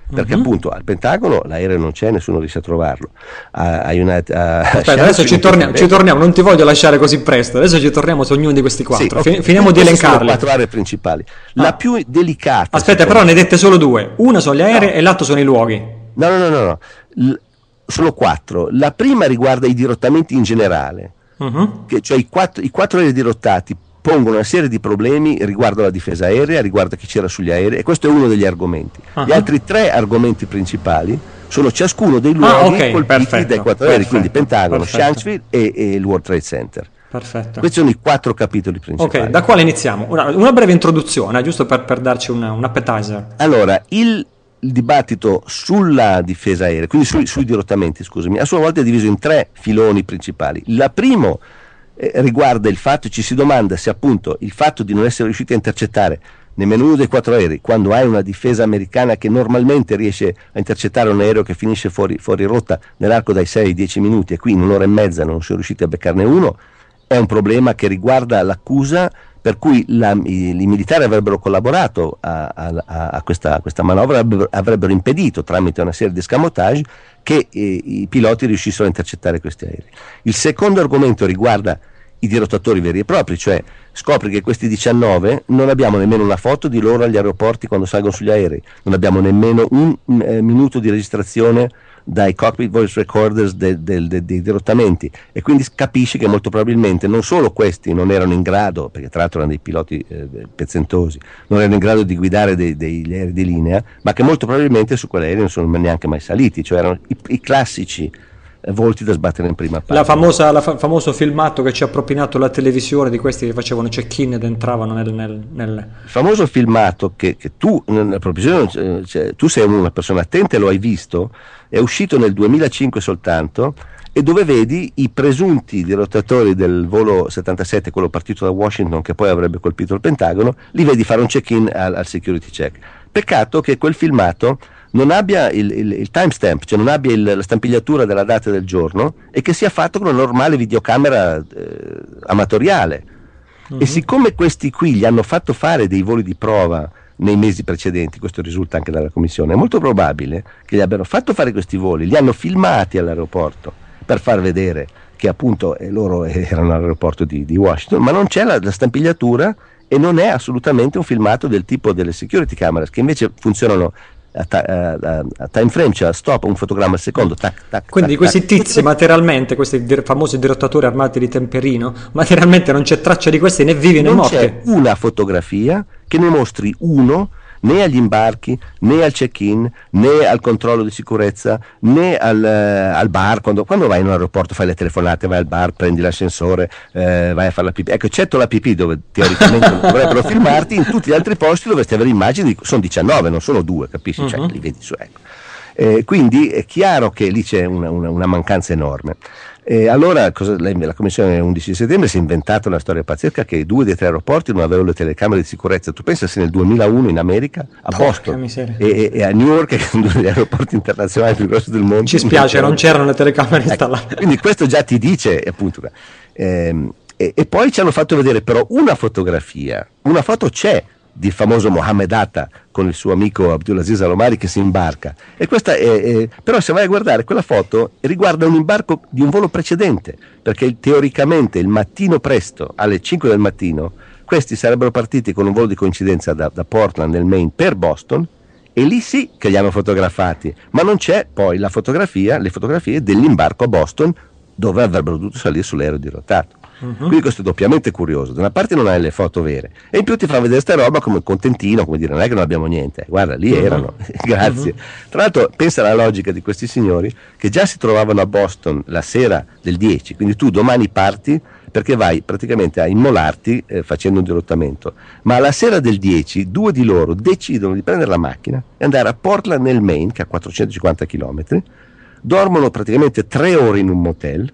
perché uh-huh. appunto al Pentagono l'aereo non c'è, nessuno riesce a trovarlo. A, a United, a Aspetta, adesso ci torniamo, ci torniamo, non ti voglio lasciare così presto, adesso ci torniamo su ognuno di questi quattro, sì, okay. Finiamo di elencarli. Sono quattro aree principali. La ah. più delicata... Aspetta, però ne dette solo due, una sono gli aerei no. e l'altro sono i luoghi. No, no, no, no, no. L- sono quattro. La prima riguarda i dirottamenti in generale, uh-huh. che, cioè i quattro, i quattro aerei dirottati pongono una serie di problemi riguardo alla difesa aerea, riguardo chi c'era sugli aerei, e questo è uno degli argomenti. Uh-huh. Gli altri tre argomenti principali sono ciascuno dei luoghi ah, okay, colpiti perfetto, dai quattro aerei, quindi Pentagono, perfetto. Shanksville e, e il World Trade Center. Perfetto. Questi sono i quattro capitoli principali. Ok, da quale iniziamo? Una, una breve introduzione, giusto per, per darci una, un appetizer. Allora, il, il dibattito sulla difesa aerea, quindi sui, sui dirottamenti, scusami, a sua volta è diviso in tre filoni principali. La primo eh, riguarda il fatto, ci si domanda se appunto il fatto di non essere riusciti a intercettare nemmeno uno dei quattro aerei, quando hai una difesa americana che normalmente riesce a intercettare un aereo che finisce fuori, fuori rotta nell'arco dai sei ai dieci minuti, e qui in un'ora e mezza non sono riusciti a beccarne uno, è un problema che riguarda l'accusa per cui la, i, i militari avrebbero collaborato a, a, a, questa, a questa manovra, avrebbero, avrebbero impedito tramite una serie di escamotage che eh, i piloti riuscissero a intercettare questi aerei. Il secondo argomento riguarda i dirottatori veri e propri, cioè scopri che questi diciannove non abbiamo nemmeno una foto di loro agli aeroporti quando salgono sugli aerei, non abbiamo nemmeno un eh, minuto di registrazione dai cockpit voice recorders de, de, de, dei dirottamenti, e quindi capisci che molto probabilmente non solo questi non erano in grado, perché tra l'altro erano dei piloti eh, pezzentosi, non erano in grado di guidare dei, degli aerei di linea, ma che molto probabilmente su quell'aereo non sono neanche mai saliti, cioè erano i, i classici volti da sbattere in prima pagina. La famosa, la fa- famoso filmato che ci ha propinato la televisione di questi che facevano check-in ed entravano nel, nel, nel... il famoso filmato che, che tu nella proprio, cioè, tu sei una persona attenta e lo hai visto, è uscito nel duemilacinque soltanto, e dove vedi i presunti dirottatori del volo settantasette, quello partito da Washington che poi avrebbe colpito il Pentagono, li vedi fare un check-in al, al security check. Peccato che quel filmato non abbia il, il, il timestamp, cioè non abbia il, la stampigliatura della data del giorno, e che sia fatto con una normale videocamera eh, amatoriale. Uh-huh. E siccome questi qui gli hanno fatto fare dei voli di prova nei mesi precedenti, questo risulta anche dalla commissione, è molto probabile che gli abbiano fatto fare questi voli, li hanno filmati all'aeroporto per far vedere che appunto eh, loro erano all'aeroporto di, di Washington, ma non c'è la, la stampigliatura, e non è assolutamente un filmato del tipo delle security cameras che invece funzionano a, ta- a, a time frame, cioè a stop, un fotogramma al secondo, tac, tac, quindi tac, questi tac. tizi materialmente, questi dir- famosi dirottatori armati di temperino, materialmente non c'è traccia di questi né vivi né non morti. Non c'è una fotografia che ne mostri uno, né agli imbarchi, né al check-in, né al controllo di sicurezza, né al, uh, al bar. Quando, quando vai in un aeroporto fai le telefonate, vai al bar, prendi l'ascensore, eh, vai a fare la pipì. Ecco, eccetto la pipì dove teoricamente non dovrebbero filmarti, in tutti gli altri posti dovresti avere immagini, di, sono diciannove, non sono due, capisci? Uh-huh. Cioè, li vedi su, ecco. Eh, quindi è chiaro che lì c'è una, una, una mancanza enorme. E allora cosa, la commissione undici settembre si è inventata una storia pazzesca che due dei tre aeroporti non avevano le telecamere di sicurezza. Tu pensa se nel duemilauno in America, a Porca Boston e, e a New York, che sono due degli aeroporti internazionali più grossi del mondo, ci spiace, non c'erano le telecamere ecco, installate. Quindi questo già ti dice appunto ehm, e, e poi ci hanno fatto vedere però una fotografia, una foto c'è di famoso Mohammed Atta con il suo amico Abdulaziz Al-Omari che si imbarca, e questa è, è, però se vai a guardare quella foto riguarda un imbarco di un volo precedente, perché teoricamente il mattino presto alle cinque del mattino questi sarebbero partiti con un volo di coincidenza da, da Portland nel Maine per Boston, e lì sì che li hanno fotografati, ma non c'è poi la fotografia, le fotografie dell'imbarco a Boston dove avrebbero dovuto salire sull'aereo dirottato. Uh-huh. Quindi questo è doppiamente curioso. Da una parte non hai le foto vere, e in più ti fa vedere sta roba come contentino, come dire non è che non abbiamo niente, guarda lì uh-huh. erano, grazie. Uh-huh. Tra l'altro pensa alla logica di questi signori che già si trovavano a Boston la sera del dieci, quindi tu domani parti perché vai praticamente a immolarti eh, facendo un dirottamento, ma alla sera del dieci due di loro decidono di prendere la macchina e andare a Portland nel Maine, che ha quattrocentocinquanta chilometri, dormono praticamente tre ore in un motel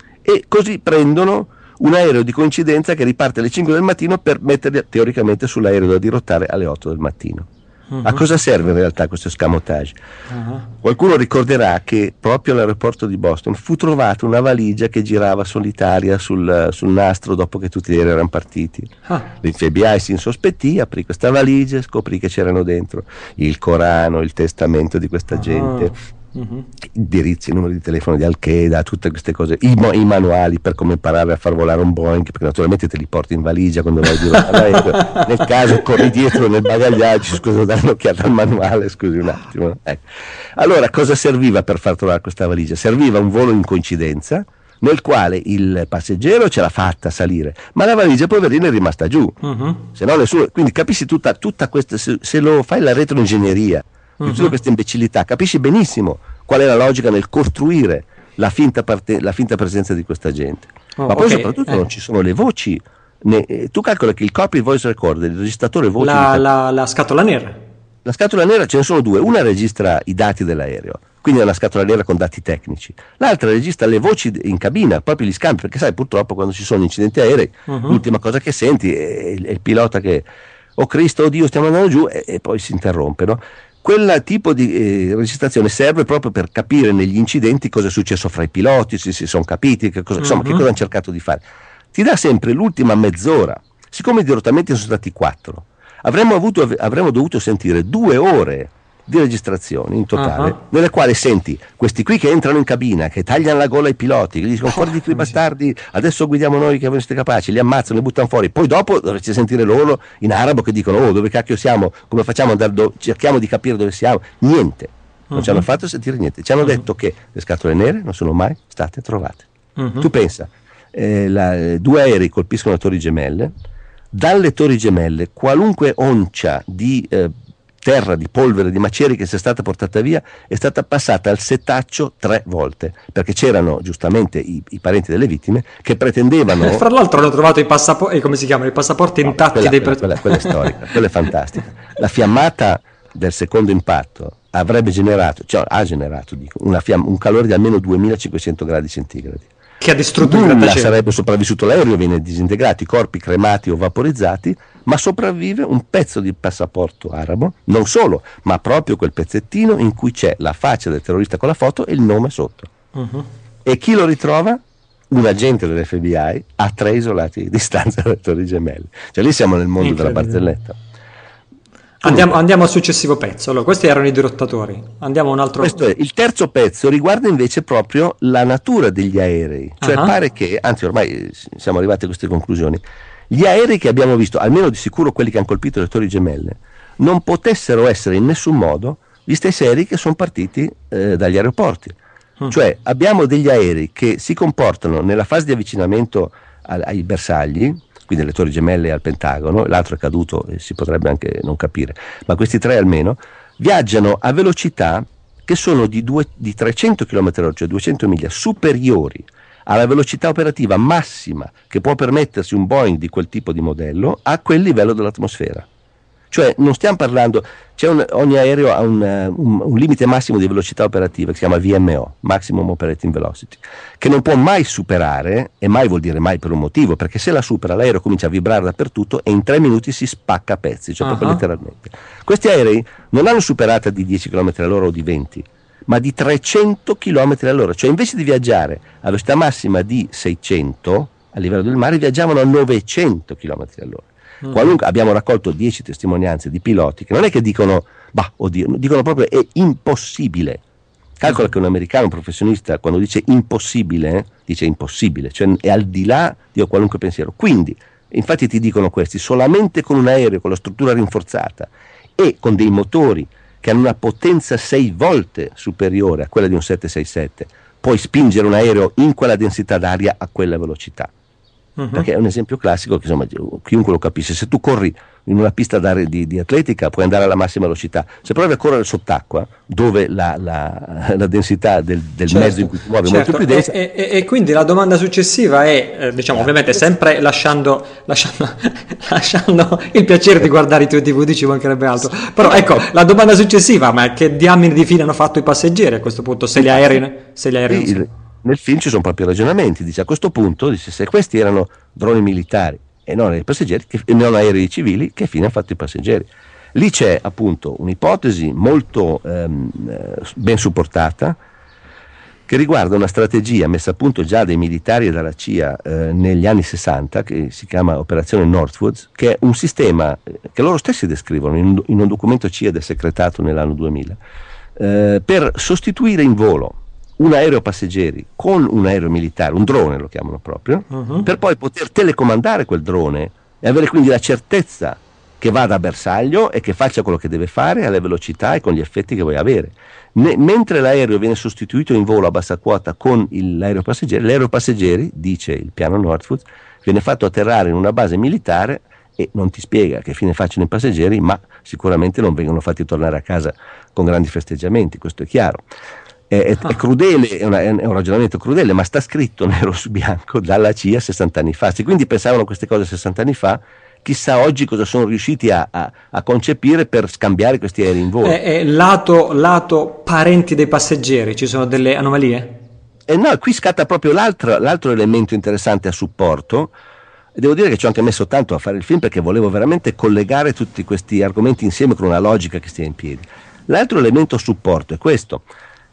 e così prendono un aereo di coincidenza che riparte alle cinque del mattino per metterli teoricamente sull'aereo da dirottare alle otto del mattino. Uh-huh. A cosa serve in realtà questo escamotage? Uh-huh. Qualcuno ricorderà che proprio all'aeroporto di Boston fu trovata una valigia che girava solitaria sul, sul nastro dopo che tutti gli aerei erano partiti. Uh-huh. L'F B I si insospettì, aprì questa valigia e scoprì che c'erano dentro il Corano, il testamento di questa uh-huh. gente, uh-huh. indirizzi, numeri di telefono di Al-Qaeda, tutte queste cose, I, i manuali per come imparare a far volare un Boeing, perché naturalmente te li porti in valigia quando vai a dire nel caso corri dietro nel bagagliaggio, scusa, dare un'occhiata al manuale, scusi un attimo, ecco. Allora cosa serviva per far trovare questa valigia? Serviva un volo in coincidenza nel quale il passeggero ce l'ha fatta salire, ma la valigia poverina è rimasta giù, uh-huh. se no nessuno, quindi capisci tutta, tutta questa, se, se lo fai la retroingegneria, uh-huh. tutte queste imbecillità, capisci benissimo qual è la logica nel costruire la finta, parte, la finta presenza di questa gente. Oh, ma poi okay. soprattutto eh. non ci sono le voci, ne, eh, tu calcola che il cockpit voice recorder, il registratore voci la, la, la scatola nera la scatola nera ce ne sono due, una registra i dati dell'aereo, quindi è una scatola nera con dati tecnici, l'altra registra le voci in cabina, proprio gli scambi, perché sai purtroppo quando ci sono incidenti aerei uh-huh. l'ultima cosa che senti è, è il pilota che oh Cristo, oh Dio, stiamo andando giù, e, e poi si interrompe, no? Quel tipo di eh, registrazione serve proprio per capire negli incidenti cosa è successo fra i piloti, se si sono capiti, che cosa, uh-huh. insomma, che cosa hanno cercato di fare. Ti dà sempre l'ultima mezz'ora, siccome i dirottamenti sono stati quattro, avremmo, avuto, avremmo dovuto sentire due ore di registrazioni in totale, uh-huh. nelle quali senti questi qui che entrano in cabina, che tagliano la gola ai piloti, che gli dicono fuori di qui bastardi, adesso guidiamo noi che siete capaci, li ammazzano, li buttano fuori, poi dopo dovresti sentire loro in arabo che dicono oh dove cacchio siamo, come facciamo ad andare, do- cerchiamo di capire dove siamo, niente, non uh-huh. ci hanno fatto sentire niente, ci hanno uh-huh. detto che le scatole nere non sono mai state trovate. Uh-huh. Tu pensa, eh, la, due aerei colpiscono le torri gemelle, dalle torri gemelle qualunque oncia di eh, terra, di polvere, di macerie che sia stata portata via è stata passata al setaccio tre volte, perché c'erano giustamente i, i parenti delle vittime che pretendevano fra l'altro hanno trovato i passaporti, come si chiamano, i passaporti no, intatti quella, dei quella, quella, quella è storica, quella è fantastica. La fiammata del secondo impatto avrebbe generato, cioè ha generato dico, una fiamma, un calore di almeno duemilacinquecento gradi centigradi che ha distrutto il grattacielo. Sarebbe sopravvissuto l'aereo, viene disintegrato, i corpi cremati o vaporizzati, ma sopravvive un pezzo di passaporto arabo, non solo, ma proprio quel pezzettino in cui c'è la faccia del terrorista con la foto e il nome sotto. Uh-huh. E chi lo ritrova? Un agente dell'F B I a tre isolati di distanza dalle torri gemelle. Cioè lì siamo nel mondo della barzelletta. Andiamo, andiamo al successivo pezzo. Allora, questi erano i dirottatori. Andiamo a un altro. Questo è, il terzo pezzo riguarda invece proprio la natura degli aerei. Cioè uh-huh. pare che, anzi ormai siamo arrivati a queste conclusioni, gli aerei che abbiamo visto, almeno di sicuro quelli che hanno colpito le torri gemelle, non potessero essere in nessun modo gli stessi aerei che sono partiti eh, dagli aeroporti. Uh-huh. Cioè abbiamo degli aerei che si comportano nella fase di avvicinamento a, ai bersagli, quindi alle torri gemelle e al Pentagono, l'altro è caduto e si potrebbe anche non capire, ma questi tre almeno viaggiano a velocità che sono di, due, di trecento chilometri all'ora, cioè duecento miglia, superiori alla velocità operativa massima che può permettersi un Boeing di quel tipo di modello a quel livello dell'atmosfera. Cioè non stiamo parlando, c'è un, ogni aereo ha un, un, un limite massimo di velocità operativa che si chiama V M O, Maximum Operating Velocity, che non può mai superare, e mai vuol dire mai per un motivo, perché se la supera l'aereo comincia a vibrare dappertutto e in tre minuti si spacca a pezzi, cioè uh-huh. proprio letteralmente. Questi aerei non hanno superata di dieci chilometri all'ora o di venti, ma di trecento chilometri all'ora, cioè invece di viaggiare a velocità massima di seicento a livello del mare viaggiavano a novecento chilometri all'ora. Mm. Qualunque, abbiamo raccolto dieci testimonianze di piloti che non è che dicono bah, oddio, dicono proprio è impossibile. Calcola mm. che un americano professionista quando dice impossibile dice impossibile, cioè è al di là di qualunque pensiero. Quindi infatti ti dicono questi, solamente con un aereo con la struttura rinforzata e con dei motori che hanno una potenza sei volte superiore a quella di un sette sei sette puoi spingere un aereo in quella densità d'aria a quella velocità. Uh-huh. Perché è un esempio classico che insomma chiunque lo capisce. Se tu corri in una pista di, di atletica puoi andare alla massima velocità, se provi a correre sott'acqua dove la, la, la densità del, del certo, mezzo in cui ti muovi certo. è molto più densa e, e, e quindi la domanda successiva è eh, diciamo eh, ovviamente sempre lasciando, lasciando, lasciando il piacere di guardare i tuoi D V D, ci mancherebbe altro, però ecco la domanda successiva, ma che diamine di fine hanno fatto i passeggeri a questo punto se gli aerei, se gli aerei sì, nel film ci sono proprio ragionamenti, dice a questo punto dice, se questi erano droni militari e non aerei passeggeri che, e non aerei civili, che fine hanno fatto i passeggeri? Lì c'è appunto un'ipotesi molto ehm, ben supportata, che riguarda una strategia messa a punto già dai militari e dalla C I A eh, negli anni sessanta, che si chiama Operazione Northwoods, che è un sistema che loro stessi descrivono in un, in un documento C I A del segretato nell'anno duemila, eh, per sostituire in volo un aereo passeggeri con un aereo militare, un drone lo chiamano proprio, uh-huh. per poi poter telecomandare quel drone e avere quindi la certezza che vada a bersaglio e che faccia quello che deve fare alle velocità e con gli effetti che vuoi avere. Ne, mentre l'aereo viene sostituito in volo a bassa quota con il, l'aereo passeggeri, l'aereo passeggeri, dice il piano Northwoods, viene fatto atterrare in una base militare e non ti spiega che fine facciano i passeggeri, ma sicuramente non vengono fatti tornare a casa con grandi festeggiamenti, questo è chiaro. È, è, è crudele, è, una, è un ragionamento crudele, ma sta scritto nero su bianco dalla C I A sessanta anni fa. Se quindi pensavano queste cose sessanta anni fa, chissà oggi cosa sono riusciti a, a, a concepire per scambiare questi aerei in volo. E, e lato, lato parenti dei passeggeri, ci sono delle anomalie? E no, qui scatta proprio l'altro, l'altro elemento interessante a supporto. E devo dire che ci ho anche messo tanto a fare il film perché volevo veramente collegare tutti questi argomenti insieme con una logica che stia in piedi. L'altro elemento a supporto è questo.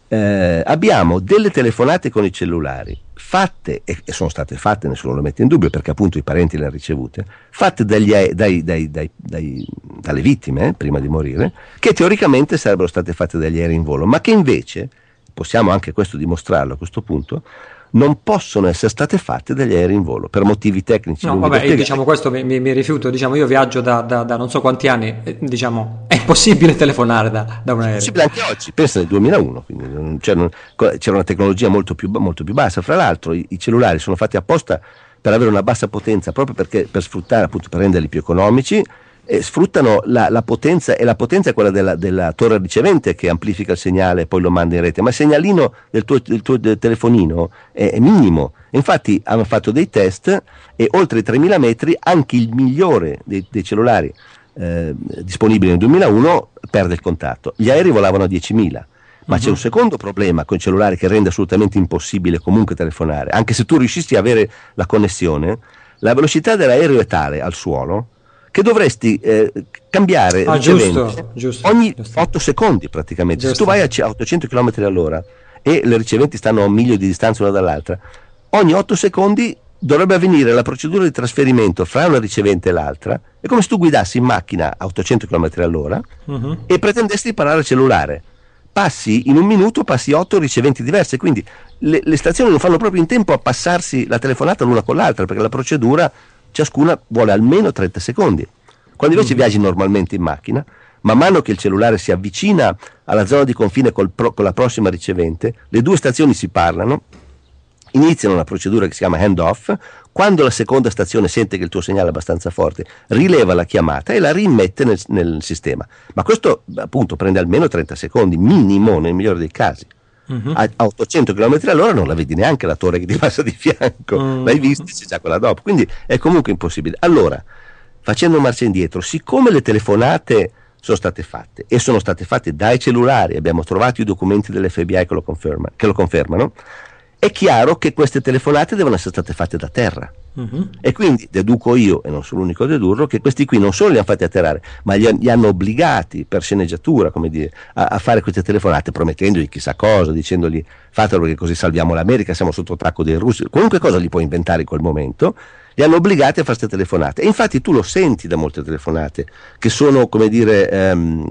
Eh, abbiamo delle telefonate con i cellulari fatte, e, e sono state fatte, nessuno lo mette in dubbio perché appunto i parenti le hanno ricevute, fatte dagli, dai, dai, dai, dai, dalle vittime eh, prima di morire, che teoricamente sarebbero state fatte dagli aerei in volo, ma che invece, possiamo anche questo dimostrarlo a questo punto, non possono essere state fatte dagli aerei in volo per motivi tecnici. No, vabbè, io, diciamo questo mi, mi, mi rifiuto, diciamo io viaggio da, da, da non so quanti anni, eh, diciamo è impossibile telefonare da, da un aereo. È possibile anche oggi, pensa nel duemilauno, quindi non, c'era, c'era una tecnologia molto più, molto più bassa. Fra l'altro i, i cellulari sono fatti apposta per avere una bassa potenza, proprio perché per sfruttare, appunto, per renderli più economici. E sfruttano la, la potenza, e la potenza è quella della, della torre ricevente che amplifica il segnale e poi lo manda in rete, ma il segnalino del tuo, del tuo del telefonino è, è minimo. Infatti hanno fatto dei test e oltre i tremila metri anche il migliore dei, dei cellulari eh, disponibili nel duemilauno perde il contatto. Gli aerei volavano a diecimila. Ma uh-huh. c'è un secondo problema con i cellulari che rende assolutamente impossibile comunque telefonare. Anche se tu riuscissi a avere la connessione, la velocità dell'aereo è tale al suolo che dovresti eh, cambiare ah, giusto, giusto, ogni giusto. otto secondi praticamente. Giusto. Se tu vai a ottocento chilometri all'ora e le riceventi stanno a un miglio di distanza una dall'altra, ogni otto secondi dovrebbe avvenire la procedura di trasferimento fra una ricevente e l'altra. È come se tu guidassi in macchina a ottocento chilometri all'ora uh-huh. e pretendesti di parlare al cellulare. Passi in un minuto, passi otto riceventi diverse, quindi le, le stazioni non fanno proprio in tempo a passarsi la telefonata l'una con l'altra, perché la procedura ciascuna vuole almeno trenta secondi. Quando invece mm-hmm. viaggi normalmente in macchina, man mano che il cellulare si avvicina alla zona di confine col pro, con la prossima ricevente, le due stazioni si parlano, iniziano una procedura che si chiama handoff. Quando la seconda stazione sente che il tuo segnale è abbastanza forte, rileva la chiamata e la rimmette nel, nel sistema. Ma questo appunto prende almeno trenta secondi, minimo nel migliore dei casi. Uh-huh. A, a ottocento chilometri all'ora non la vedi neanche la torre che ti passa di fianco, uh-huh. l'hai vista, c'è già quella dopo, quindi è comunque impossibile. Allora, facendo marcia indietro, siccome le telefonate sono state fatte e sono state fatte dai cellulari, abbiamo trovato i documenti dell'F B I che lo, conferma, che lo confermano, è chiaro che queste telefonate devono essere state fatte da terra. Uh-huh. E quindi deduco io, e non sono l'unico a dedurlo, che questi qui non solo li hanno fatti atterrare, ma li, li hanno obbligati per sceneggiatura, come dire, a, a fare queste telefonate, promettendogli chissà cosa, dicendogli fatelo perché così salviamo l'America, siamo sotto attacco dei russi, qualunque cosa gli puoi inventare in quel momento. Li hanno obbligati a fare queste telefonate. E infatti tu lo senti da molte telefonate che sono, come dire, ehm,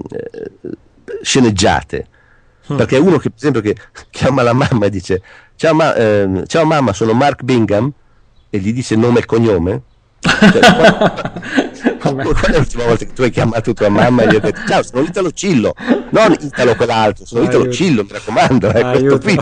sceneggiate. Mm. Perché uno che, per esempio, che chiama la mamma e dice ciao, ma, ehm, ciao mamma, sono Mark Bingham, e gli dice il nome e il cognome. Cioè, qual, qual è l'ultima volta che tu hai chiamato tua mamma e gli hai detto ciao, sono Italo Cillo, non Italo quell'altro, sono Italo Aiuto. Cillo, mi raccomando, eh, questo qui.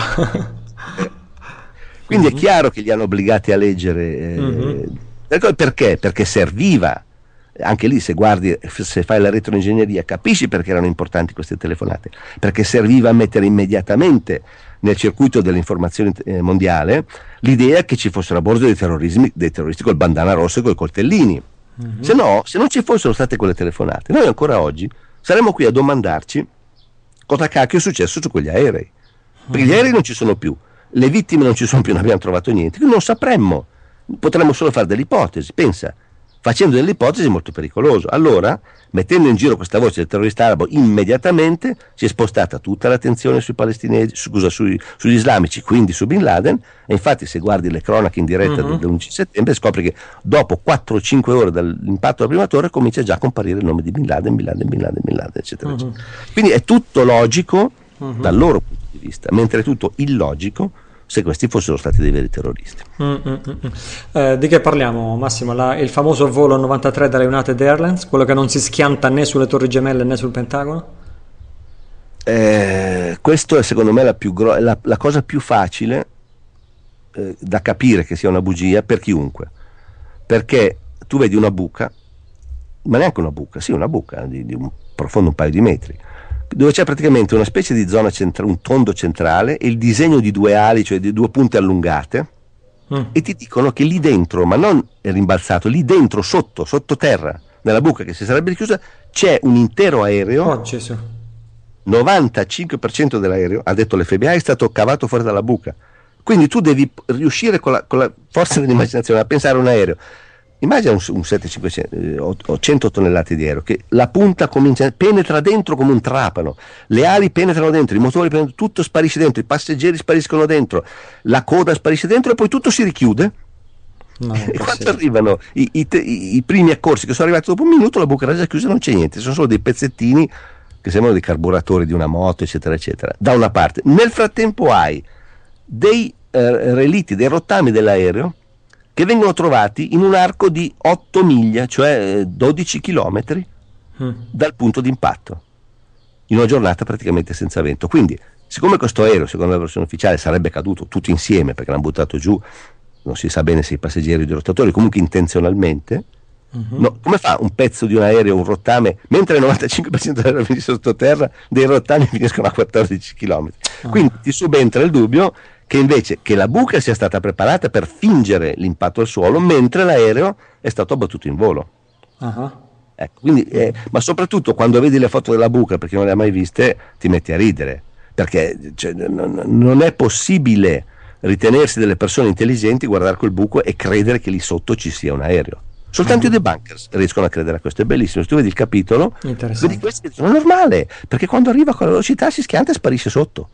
Quindi uh-huh. è chiaro che li hanno obbligati a leggere eh, uh-huh. perché? Perché serviva. Anche lì, se guardi, se fai la retroingegneria, capisci perché erano importanti queste telefonate, perché serviva a mettere immediatamente nel circuito dell'informazione eh, mondiale l'idea che ci fossero a bordo dei terrorismi, dei terroristi col bandana rosso e col coltellini. Uh-huh. Se no, se non ci fossero state quelle telefonate, noi ancora oggi saremmo qui a domandarci cosa cacchio è successo su quegli aerei, perché uh-huh. gli aerei non ci sono più, le vittime non ci sono più, non abbiamo trovato niente, quindi non sapremmo, potremmo solo fare delle ipotesi. Pensa, facendo delle ipotesi molto pericolose. Allora, mettendo in giro questa voce del terrorista arabo, immediatamente si è spostata tutta l'attenzione sui palestinesi, scusa, sui, sugli islamici, quindi su Bin Laden, e infatti se guardi le cronache in diretta uh-huh. dell'undici settembre scopri che dopo quattro o cinque ore dall'impatto della prima torre comincia già a comparire il nome di Bin Laden, Bin Laden, Bin Laden, Bin Laden, eccetera, uh-huh. eccetera. Quindi è tutto logico uh-huh. dal loro punto di vista, mentre è tutto illogico se questi fossero stati dei veri terroristi. Mm-hmm. Eh, di che parliamo, Massimo? La, il famoso volo novantatré della United Airlines, quello che non si schianta né sulle Torri Gemelle né sul Pentagono? Eh, questo è secondo me la, più gro- la, la cosa più facile eh, da capire che sia una bugia per chiunque, perché tu vedi una buca, ma neanche una buca, sì una buca di, di un profondo un paio di metri, dove c'è praticamente una specie di zona centrale, un tondo centrale e il disegno di due ali, cioè di due punte allungate, mm. e ti dicono che lì dentro, ma non è rimbalzato, lì dentro, sotto, sottoterra, nella buca che si sarebbe richiusa, c'è un intero aereo, oh, Gesù. novantacinque per cento dell'aereo, ha detto l'F B I, è stato cavato fuori dalla buca. Quindi tu devi riuscire con la, con la forza dell'immaginazione a pensare a un aereo. Immagina un, un settecentocinquanta o cento tonnellate di aereo che la punta comincia, penetra dentro come un trapano, le ali penetrano dentro, i motori penetrano, tutto sparisce dentro, i passeggeri spariscono dentro, la coda sparisce dentro e poi tutto si richiude. No, e quando arrivano i, i, i, i primi accorsi che sono arrivati dopo un minuto, la buca era già chiusa, non c'è niente, sono solo dei pezzettini che sembrano dei carburatori di una moto, eccetera eccetera, da una parte. Nel frattempo hai dei eh, relitti, dei rottami dell'aereo che vengono trovati in un arco di otto miglia, cioè dodici chilometri mm. dal punto di impatto, in una giornata praticamente senza vento. Quindi, siccome questo aereo, secondo la versione ufficiale, sarebbe caduto tutti insieme perché l'hanno buttato giù, non si sa bene se i passeggeri o i rotatori, comunque intenzionalmente, mm-hmm. no, come fa un pezzo di un aereo, un rottame, mentre il novantacinque per cento dell'aereo finisce sottoterra, dei rottami finiscono a quattordici chilometri. Ah. Quindi ti subentra il dubbio che invece che la buca sia stata preparata per fingere l'impatto al suolo, mentre l'aereo è stato abbattuto in volo. Uh-huh. Ecco, quindi, eh, ma soprattutto quando vedi le foto della buca, perché non le hai mai viste, ti metti a ridere, perché cioè, non, non è possibile ritenersi delle persone intelligenti, guardare quel buco e credere che lì sotto ci sia un aereo. Soltanto uh-huh. i debunkers riescono a credere a questo, è bellissimo. Se tu vedi il capitolo, vedi questo che sono normale, perché quando arriva con la velocità si schianta e sparisce sotto.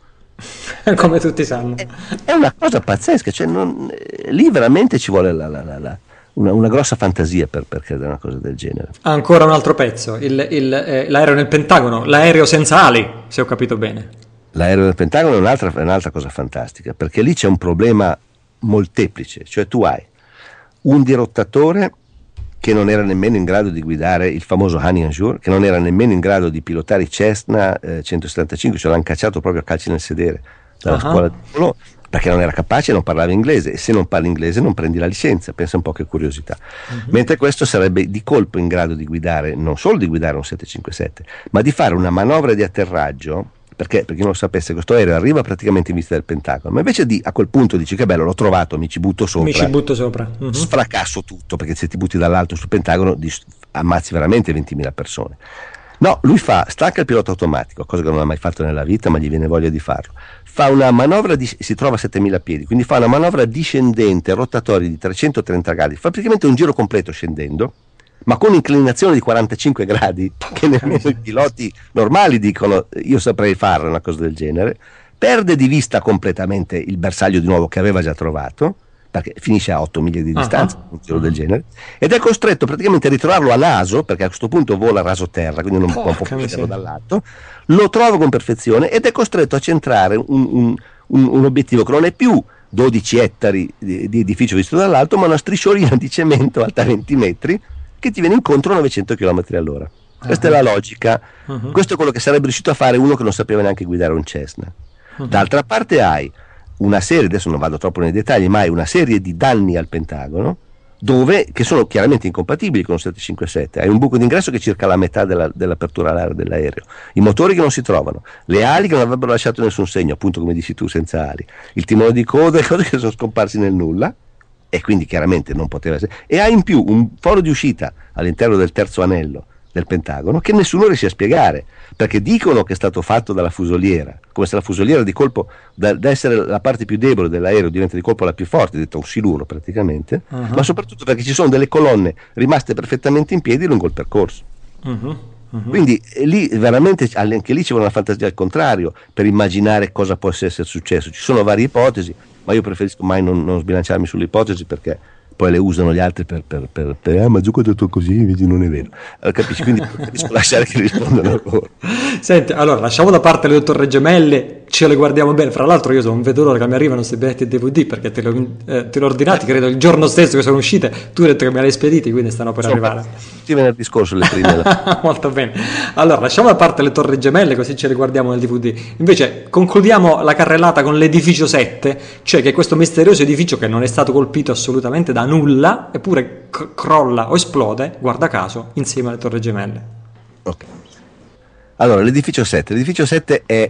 Come tutti sanno, è, è una cosa pazzesca, cioè non, eh, lì veramente ci vuole la, la, la, la, una, una grossa fantasia per, per credere a una cosa del genere. Ancora un altro pezzo, il, il, eh, l'aereo nel Pentagono, l'aereo senza ali, se ho capito bene. L'aereo nel Pentagono è un'altra, è un'altra cosa fantastica, perché lì c'è un problema molteplice, cioè tu hai un dirottatore che non era nemmeno in grado di guidare il famoso Hani Hanjour, che non era nemmeno in grado di pilotare i Cessna eh, centosettantacinque, cioè l'hanno cacciato proprio a calci nel sedere dalla uh-huh. scuola di volo, perché non era capace e non parlava inglese, e se non parli inglese non prendi la licenza, pensa un po' che curiosità. Uh-huh. Mentre questo sarebbe di colpo in grado di guidare, non solo di guidare un sette cinquantasette, ma di fare una manovra di atterraggio, perché per chi non lo sapesse questo aereo arriva praticamente in vista del Pentagono, ma invece di a quel punto dici che bello, l'ho trovato, mi ci butto sopra, mi ci butto sopra. Uh-huh. Sfracasso tutto, perché se ti butti dall'alto sul Pentagono ammazzi veramente ventimila persone. No, lui fa, stacca il pilota automatico, cosa che non ha mai fatto nella vita, ma gli viene voglia di farlo, fa una manovra, di, si trova a settemila piedi, quindi fa una manovra discendente rotatoria di trecentotrenta gradi, fa praticamente un giro completo scendendo, ma con inclinazione di quarantacinque gradi, che nemmeno i piloti normali dicono io saprei fare una cosa del genere, perde di vista completamente il bersaglio di nuovo che aveva già trovato, perché finisce a otto miglia di distanza, uh-huh. un giro del genere, ed è costretto praticamente a ritrovarlo a naso, perché a questo punto vola a raso terra, quindi non, oh, non può vederlo dall'alto, lo trova con perfezione ed è costretto a centrare un, un, un, un obiettivo che non è più dodici ettari di, di edificio visto dall'alto, ma una strisciolina di cemento alta venti metri, che ti viene incontro a novecento chilometri all'ora. Questa uh-huh. è la logica, uh-huh. questo è quello che sarebbe riuscito a fare uno che non sapeva neanche guidare un Cessna. Uh-huh. D'altra parte hai una serie, adesso non vado troppo nei dettagli, ma hai una serie di danni al Pentagono, dove, che sono chiaramente incompatibili con un sette cinquantasette. Hai un buco d'ingresso che è circa la metà della, dell'apertura alare dell'aereo, i motori che non si trovano, le ali che non avrebbero lasciato nessun segno, appunto come dici tu, senza ali, il timone di coda e cose che sono scomparsi nel nulla, e quindi chiaramente non poteva essere, e ha in più un foro di uscita all'interno del terzo anello del Pentagono che nessuno riesce a spiegare, perché dicono che è stato fatto dalla fusoliera, come se la fusoliera di colpo, da, da essere la parte più debole dell'aereo, diventa di colpo la più forte, diventa un siluro praticamente, uh-huh. ma soprattutto perché ci sono delle colonne rimaste perfettamente in piedi lungo il percorso. Uh-huh. Uh-huh. Quindi lì veramente anche lì ci vuole una fantasia al contrario per immaginare cosa possa essere successo. Ci sono varie ipotesi, ma io preferisco mai non, non sbilanciarmi sulle ipotesi, perché poi le usano gli altri per, per, per, per ah, ma giù ho detto così, invece non è vero. Allora, capisci? Quindi preferisco lasciare che rispondano loro. Senti, allora lasciamo da parte le Torri Gemelle, ce le guardiamo bene. Fra l'altro io non vedo l'ora che mi arrivano questi biglietti D V D, perché te li eh, ho ordinati credo il giorno stesso che sono uscite. Tu hai detto che me li hai spediti, quindi stanno per sono arrivare tutti venerdì scorso le prime. Molto bene. Allora lasciamo da parte le Torri Gemelle, così ce le guardiamo nel D V D. Invece concludiamo la carrellata con l'edificio sette, cioè che è questo misterioso edificio che non è stato colpito assolutamente da nulla, eppure c- crolla o esplode, guarda caso, insieme alle Torri Gemelle. Ok. Allora, l'edificio sette, l'edificio sette è,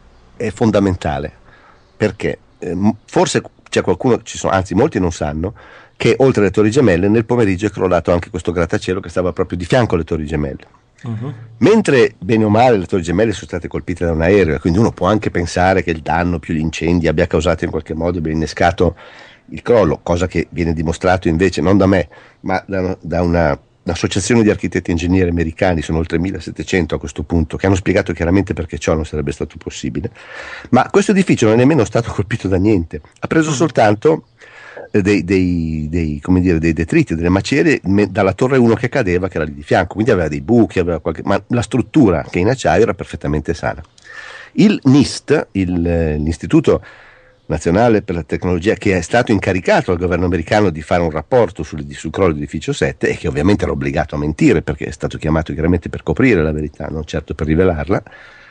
è fondamentale, perché eh, forse c'è qualcuno, ci sono, anzi molti non sanno, che oltre alle Torri Gemelle nel pomeriggio è crollato anche questo grattacielo che stava proprio di fianco alle Torri Gemelle. Uh-huh. Mentre bene o male le Torri Gemelle sono state colpite da un aereo, e quindi uno può anche pensare che il danno più gli incendi abbia causato in qualche modo, abbia innescato il crollo, cosa che viene dimostrato invece non da me, ma da, da una un'associazione di architetti e ingegneri americani, sono oltre millesettecento a questo punto, che hanno spiegato chiaramente perché ciò non sarebbe stato possibile. Ma questo edificio non è nemmeno stato colpito da niente, ha preso soltanto dei, dei, dei, come dire, dei detriti, delle macerie dalla torre uno che cadeva, che era lì di fianco, quindi aveva dei buchi, aveva qualche, ma la struttura, che in acciaio, era perfettamente sana. Il NIST, il, l'Istituto Nazionale per la Tecnologia, che è stato incaricato dal governo americano di fare un rapporto sul, sul crollo dell'edificio sette, e che ovviamente era obbligato a mentire perché è stato chiamato chiaramente per coprire la verità, non certo per rivelarla,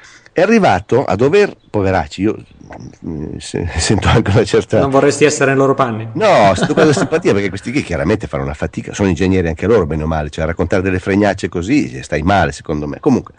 è arrivato a dover, poveracci, io se, sento anche una certa... Non vorresti essere nei loro panni? No, stupenda simpatia, perché questi qui chiaramente fanno una fatica, sono ingegneri anche loro, bene o male, cioè raccontare delle fregnacce così stai male secondo me. Comunque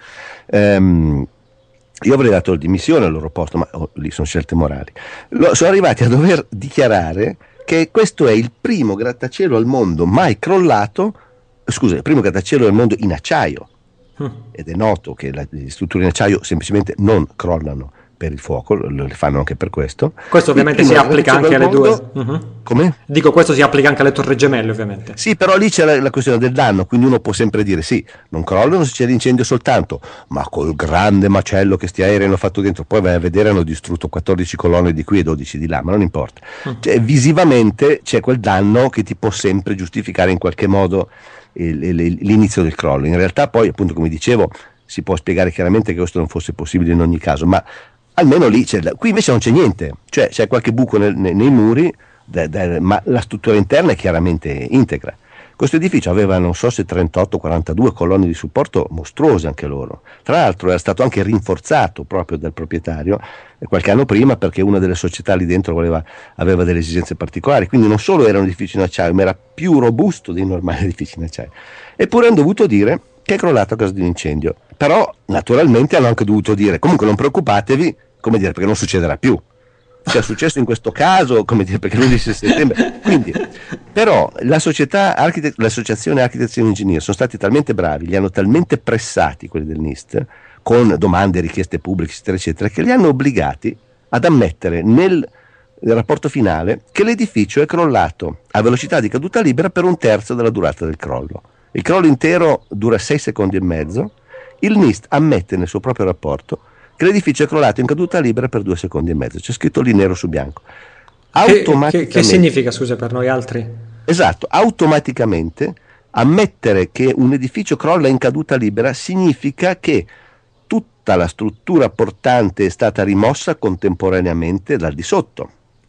ehm, io avrei dato dimissione al loro posto, ma oh, lì sono scelte morali. Lo, sono arrivati a dover dichiarare che questo è il primo grattacielo al mondo mai crollato, scusa, il primo grattacielo al mondo in acciaio. Mm. Ed è noto che la, le strutture in acciaio semplicemente non crollano per il fuoco, lo, lo fanno anche per questo. Questo ovviamente si applica anche alle due. Uh-huh. Come? Dico, questo si applica anche alle Torri Gemelle, ovviamente. Sì, però lì c'è la, la questione del danno, quindi uno può sempre dire sì, non crollano se c'è l'incendio soltanto, ma col grande macello che sti aerei hanno fatto dentro, poi vai a vedere, hanno distrutto quattordici colonne di qui e dodici di là, ma non importa. Uh-huh. Cioè, visivamente c'è quel danno che ti può sempre giustificare in qualche modo il, il, l'inizio del crollo. In realtà poi, appunto, come dicevo, si può spiegare chiaramente che questo non fosse possibile in ogni caso, ma almeno lì c'è, qui invece non c'è niente, cioè c'è qualche buco nel, nei, nei muri, da, da, ma la struttura interna è chiaramente integra. Questo edificio aveva, non so se trentotto quarantadue colonne di supporto mostruose anche loro, tra l'altro era stato anche rinforzato proprio dal proprietario qualche anno prima, perché una delle società lì dentro voleva, aveva delle esigenze particolari, quindi non solo era un edificio in acciaio, ma era più robusto dei normali edifici in acciaio. Eppure hanno dovuto dire che è crollato a causa di un incendio, però naturalmente hanno anche dovuto dire comunque non preoccupatevi, come dire, perché non succederà più, cioè è successo in questo caso, come dire, perché l'undici settembre, quindi però la società architect- l'associazione Architects and Engineers sono stati talmente bravi, li hanno talmente pressati quelli del NIST con domande e richieste pubbliche eccetera eccetera, che li hanno obbligati ad ammettere nel rapporto finale che l'edificio è crollato a velocità di caduta libera per un terzo della durata del crollo. Il crollo intero dura sei secondi e mezzo. Il NIST ammette nel suo proprio rapporto che l'edificio è crollato in caduta libera per due secondi e mezzo. C'è scritto lì nero su bianco. Automaticamente, che, che, che significa, scusa, per noi altri? Esatto, automaticamente ammettere che un edificio crolla in caduta libera significa che tutta la struttura portante è stata rimossa contemporaneamente dal di sotto.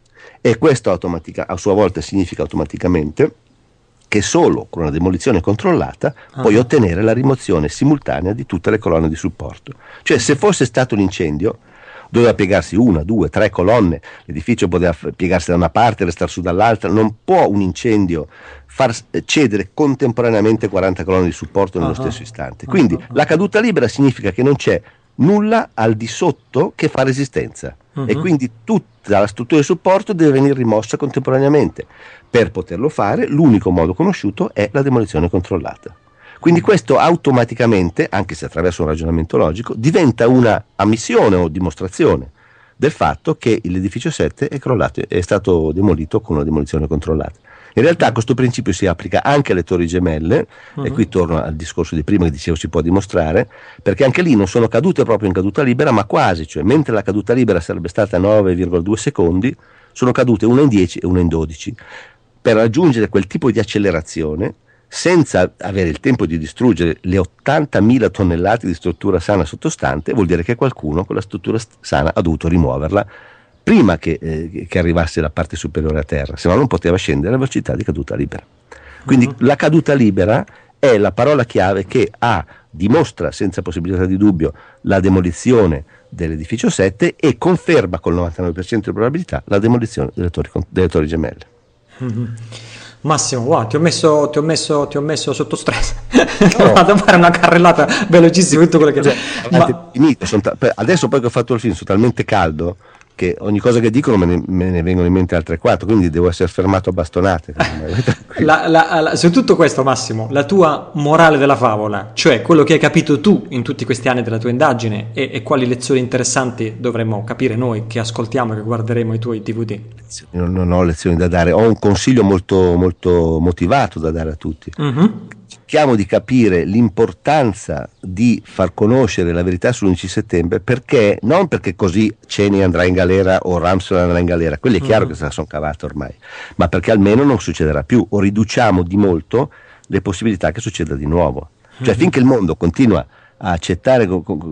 E questo automatica, a sua volta significa automaticamente che solo con una demolizione controllata ah. puoi ottenere la rimozione simultanea di tutte le colonne di supporto. Cioè, se fosse stato un incendio, doveva piegarsi una, due, tre colonne, l'edificio poteva piegarsi da una parte e restare su dall'altra, non può un incendio far cedere contemporaneamente quaranta colonne di supporto nello uh-huh. stesso istante. Quindi uh-huh. la caduta libera significa che non c'è nulla al di sotto che fa resistenza uh-huh. e quindi tutta la struttura di supporto deve venire rimossa contemporaneamente. Per poterlo fare l'unico modo conosciuto è la demolizione controllata. Quindi questo automaticamente, anche se attraverso un ragionamento logico, diventa una ammissione o dimostrazione del fatto che l'edificio sette è crollato, è stato demolito con una demolizione controllata. In realtà questo principio si applica anche alle torri gemelle, uh-huh. e qui torno al discorso di prima che dicevo si può dimostrare, perché anche lì non sono cadute proprio in caduta libera, ma quasi, cioè mentre la caduta libera sarebbe stata nove virgola due secondi, sono cadute una in dieci e una in dodici. Per raggiungere quel tipo di accelerazione, senza avere il tempo di distruggere le ottantamila tonnellate di struttura sana sottostante, vuol dire che qualcuno con la struttura sana ha dovuto rimuoverla prima che, eh, che arrivasse la parte superiore a terra, se no non poteva scendere alla velocità di caduta libera. Quindi uh-huh. la caduta libera è la parola chiave che ha, dimostra senza possibilità di dubbio la demolizione dell'edificio sette e conferma col novantanove per cento di probabilità la demolizione delle torri, delle torri gemelle. Uh-huh. Massimo, wow, ti ho messo, ti ho messo, ti ho messo sotto stress. No. Vado a fare una carrellata velocissima tutto quello che c'è. Ma... finito, ta- adesso poi che ho fatto il film sono talmente caldo che ogni cosa che dicono me ne, me ne vengono in mente altre quattro, quindi devo essere fermato a bastonate. la, la, la, su tutto questo, Massimo, la tua morale della favola, cioè quello che hai capito tu in tutti questi anni della tua indagine e, e quali lezioni interessanti dovremmo capire noi che ascoltiamo e che guarderemo i tuoi D V D. Non, non ho lezioni da dare, ho un consiglio molto, molto motivato da dare a tutti. Uh-huh. Cerchiamo di capire l'importanza di far conoscere la verità sull'undici settembre, perché non perché così Cheney andrà in galera o Rumsfeld andrà in galera, quelli è chiaro uh-huh. che se la sono cavata ormai, ma perché almeno non succederà più o riduciamo di molto le possibilità che succeda di nuovo. Cioè uh-huh. finché il mondo continua a accettare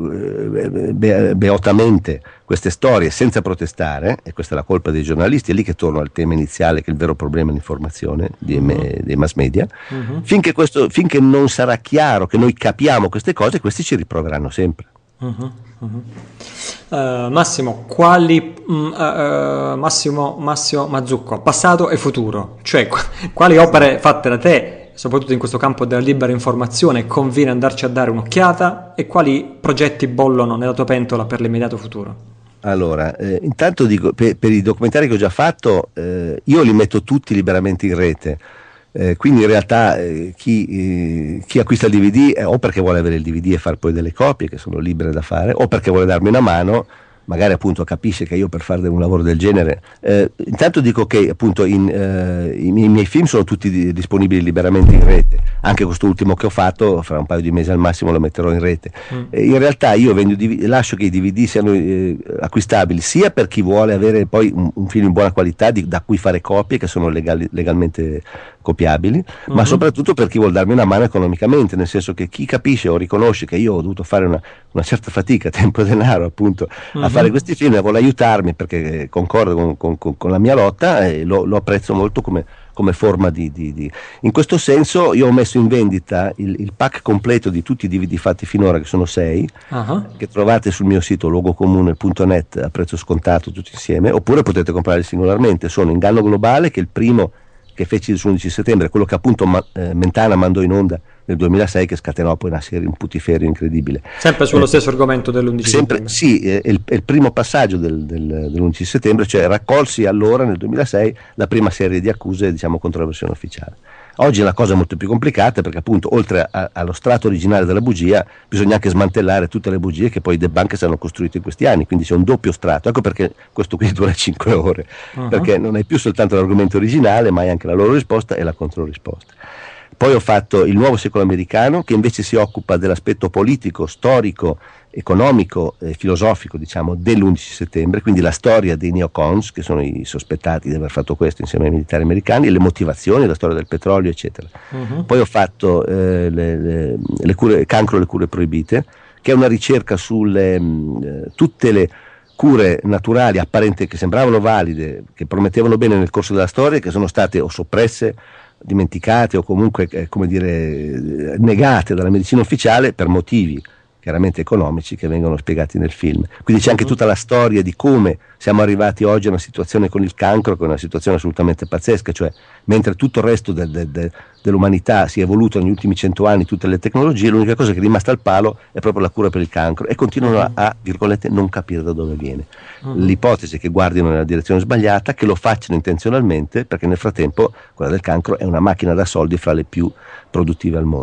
be- beatamente queste storie senza protestare, e questa è la colpa dei giornalisti, è lì che torno al tema iniziale che è il vero problema è l'informazione dei, me- dei mass media, uh-huh. finché, questo, finché non sarà chiaro che noi capiamo queste cose, questi ci riproveranno sempre. Uh-huh. Uh-huh. Uh, Massimo, quali uh, uh, Massimo, Massimo Mazzucco, passato e futuro, cioè qu- quali opere fatte da te soprattutto in questo campo della libera informazione conviene andarci a dare un'occhiata, e quali progetti bollono nella tua pentola per l'immediato futuro? Allora, eh, intanto dico, per, per i documentari che ho già fatto, eh, io li metto tutti liberamente in rete, eh, quindi in realtà eh, chi, eh, chi acquista il D V D eh, o perché vuole avere il D V D e fare poi delle copie che sono libere da fare, o perché vuole darmi una mano, magari appunto capisce che io per fare un lavoro del genere, eh, intanto dico che appunto in, eh, i, miei, i miei film sono tutti di, disponibili liberamente in rete, anche quest'ultimo che ho fatto fra un paio di mesi al massimo lo metterò in rete. mm. eh, in realtà io vendo, lascio che i D V D siano eh, acquistabili sia per chi vuole avere poi un, un film in buona qualità di, da cui fare copie che sono legali, legalmente copiabili, mm-hmm. ma soprattutto per chi vuole darmi una mano economicamente, nel senso che chi capisce o riconosce che io ho dovuto fare una, una certa fatica, tempo e denaro appunto mm-hmm. a fare questi film e vuole aiutarmi perché concordo con, con, con la mia lotta, e lo, lo apprezzo molto come, come forma di, di, di... In questo senso io ho messo in vendita il, il pack completo di tutti i D V D fatti finora, che sono sei, uh-huh. che trovate sul mio sito luogocomune punto net a prezzo scontato tutti insieme, oppure potete comprarli singolarmente. Sono Inganno Globale, che è il primo che feci sull'undici settembre, quello che appunto ma, eh, Mentana mandò in onda nel duemilasei, che scatenò poi una serie, un putiferio incredibile. Sempre sullo eh, stesso argomento dell'undici sempre, settembre. Sì, è, è, il, è il primo passaggio del, del, dell'undici settembre, cioè raccolsi allora nel duemilasei la prima serie di accuse, diciamo, contro la versione ufficiale. Oggi è una cosa molto più complicata, perché appunto oltre a, allo strato originale della bugia bisogna anche smantellare tutte le bugie che poi i debunkers hanno costruito in questi anni, quindi c'è un doppio strato. Ecco perché questo qui dura cinque ore, uh-huh. perché non è più soltanto l'argomento originale, ma è anche la loro risposta e la controrisposta. Poi ho fatto Il Nuovo Secolo Americano, che invece si occupa dell'aspetto politico, storico, economico e filosofico, diciamo, dell'undici settembre, quindi la storia dei neocons, che sono i sospettati di aver fatto questo insieme ai militari americani, e le motivazioni, la storia del petrolio, eccetera. Uh-huh. Poi ho fatto eh, le, le, le cure, Cancro e le cure proibite, che è una ricerca sulle mh, tutte le cure naturali apparenti che sembravano valide, che promettevano bene nel corso della storia, che sono state o soppresse, dimenticate o comunque eh, come dire negate dalla medicina ufficiale per motivi chiaramente economici che vengono spiegati nel film. Quindi c'è anche tutta la storia di come siamo arrivati oggi a una situazione con il cancro, che è una situazione assolutamente pazzesca, cioè mentre tutto il resto del, del, del, dell'umanità si è evoluto negli ultimi cento anni, tutte le tecnologie, l'unica cosa che è rimasta al palo è proprio la cura per il cancro, e continuano a, a virgolette non capire da dove viene. Uh-huh. L'ipotesi è che guardino nella direzione sbagliata, che lo facciano intenzionalmente, perché nel frattempo quella del cancro è una macchina da soldi fra le più produttive al mondo.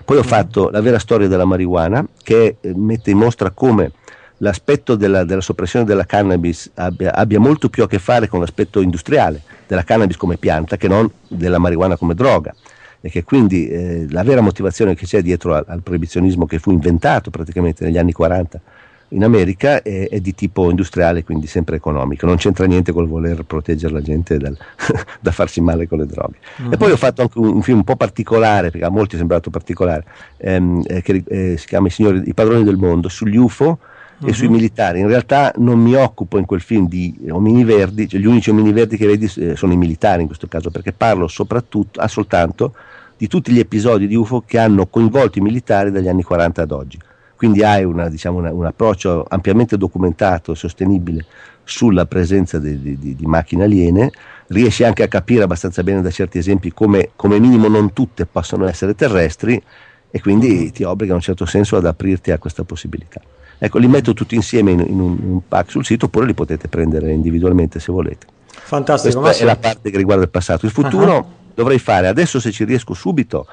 Poi ho fatto La vera storia della marijuana, che eh, mette in mostra come l'aspetto della, della soppressione della cannabis abbia, abbia molto più a che fare con l'aspetto industriale della cannabis come pianta che non della marijuana come droga, e che quindi eh, la vera motivazione che c'è dietro al, al proibizionismo che fu inventato praticamente negli anni quaranta in America è, è di tipo industriale, quindi sempre economico, non c'entra niente col voler proteggere la gente dal, da farsi male con le droghe. Uh-huh. E poi ho fatto anche un, un film un po' particolare, perché a molti è sembrato particolare, ehm, eh, che eh, si chiama I signori, I padroni del mondo, sugli U F O e uh-huh. sui militari. In realtà non mi occupo in quel film di omini verdi, cioè gli unici omini verdi che vedi eh, sono i militari in questo caso, perché parlo soprattutto, ah, soltanto di tutti gli episodi di U F O che hanno coinvolto i militari dagli anni quaranta ad oggi. Quindi hai una, diciamo, una, un approccio ampiamente documentato e sostenibile sulla presenza di, di, di macchine aliene, riesci anche a capire abbastanza bene da certi esempi come, come minimo non tutte possono essere terrestri, e quindi ti obbliga in un certo senso ad aprirti a questa possibilità. Ecco, li metto tutti insieme in, in, un, in un pack sul sito, oppure li potete prendere individualmente se volete. Fantastico. Questa è la parte che riguarda il passato. Il futuro uh-huh. dovrei fare, adesso se ci riesco subito,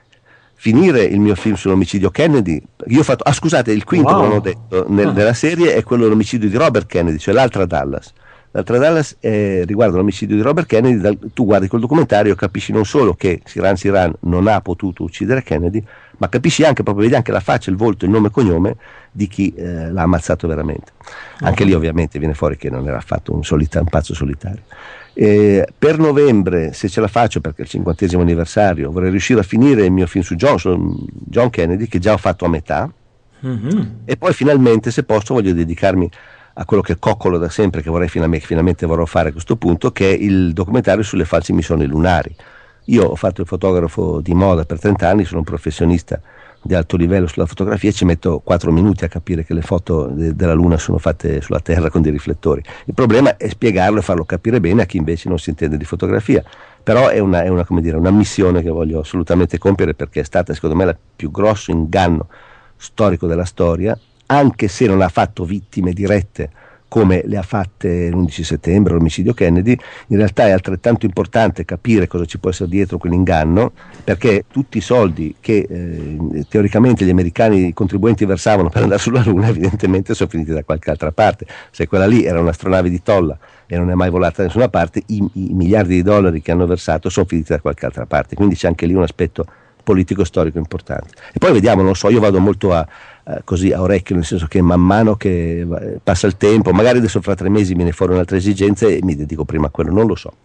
finire il mio film sull'omicidio Kennedy. Io ho fatto, ah scusate, il quinto wow. che non ho detto nel, ah. nella serie è quello dell'omicidio di Robert Kennedy, cioè l'altra Dallas. L'altra Dallas eh, riguarda l'omicidio di Robert Kennedy. Dal, tu guardi quel documentario e capisci non solo che Sirhan Sirhan non ha potuto uccidere Kennedy, ma capisci anche, proprio vedi anche la faccia, il volto, il nome e cognome di chi eh, l'ha ammazzato veramente. Uh-huh. Anche lì ovviamente viene fuori che non era affatto un, solita, un pazzo solitario. Eh, per novembre, se ce la faccio, perché è il cinquantesimo anniversario, vorrei riuscire a finire il mio film su John, John Kennedy, che già ho fatto a metà, mm-hmm. e poi finalmente, se posso, voglio dedicarmi a quello che coccolo da sempre, che vorrei finalmente, finalmente vorrò fare a questo punto, che è il documentario sulle false missioni lunari. Io ho fatto il fotografo di moda per trenta anni, sono un professionista di alto livello sulla fotografia e ci metto quattro minuti a capire che le foto de- della Luna sono fatte sulla Terra con dei riflettori. Il problema è spiegarlo e farlo capire bene a chi invece non si intende di fotografia, però è una, è una, come dire, una missione che voglio assolutamente compiere, perché è stata secondo me il più grosso inganno storico della storia, anche se non ha fatto vittime dirette come le ha fatte l'undici settembre, l'omicidio Kennedy. In realtà è altrettanto importante capire cosa ci può essere dietro quell'inganno, perché tutti i soldi che eh, teoricamente gli americani, i contribuenti, versavano per andare sulla Luna evidentemente sono finiti da qualche altra parte. Se quella lì era un'astronave di tolla e non è mai volata da nessuna parte, i, i miliardi di dollari che hanno versato sono finiti da qualche altra parte, quindi c'è anche lì un aspetto politico storico importante. E poi vediamo, non so, io vado molto a eh, così a orecchio, nel senso che man mano che eh, passa il tempo, magari adesso fra tre mesi viene fuori un'altra esigenza e mi dedico prima a quello, non lo so.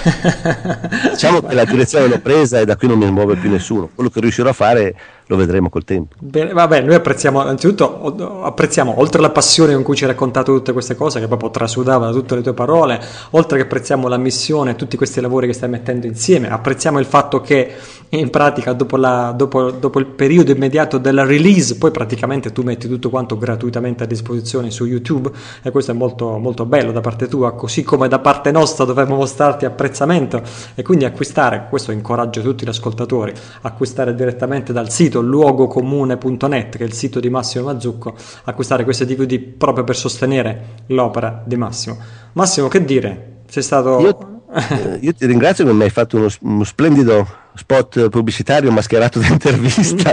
Diciamo che la direzione l'ho presa e da qui non mi muove più nessuno. Quello che riuscirò a fare lo vedremo col tempo. Bene, vabbè, noi apprezziamo, innanzitutto apprezziamo, oltre alla passione con cui ci hai raccontato tutte queste cose che proprio trasudava da tutte le tue parole, oltre che apprezziamo la missione, tutti questi lavori che stai mettendo insieme, apprezziamo il fatto che in pratica dopo, la, dopo, dopo il periodo immediato della release poi praticamente tu metti tutto quanto gratuitamente a disposizione su YouTube, e questo è molto, molto bello da parte tua, così come da parte nostra dovremmo mostrarti apprezzamento e quindi acquistare, questo incoraggio tutti gli ascoltatori, acquistare direttamente dal sito luogocomune punto net, che è il sito di Massimo Mazzucco, acquistare queste D V D proprio per sostenere l'opera di Massimo. Massimo, che dire? Sei stato... Io, eh, io ti ringrazio che mi hai fatto uno, uno splendido spot pubblicitario mascherato da intervista.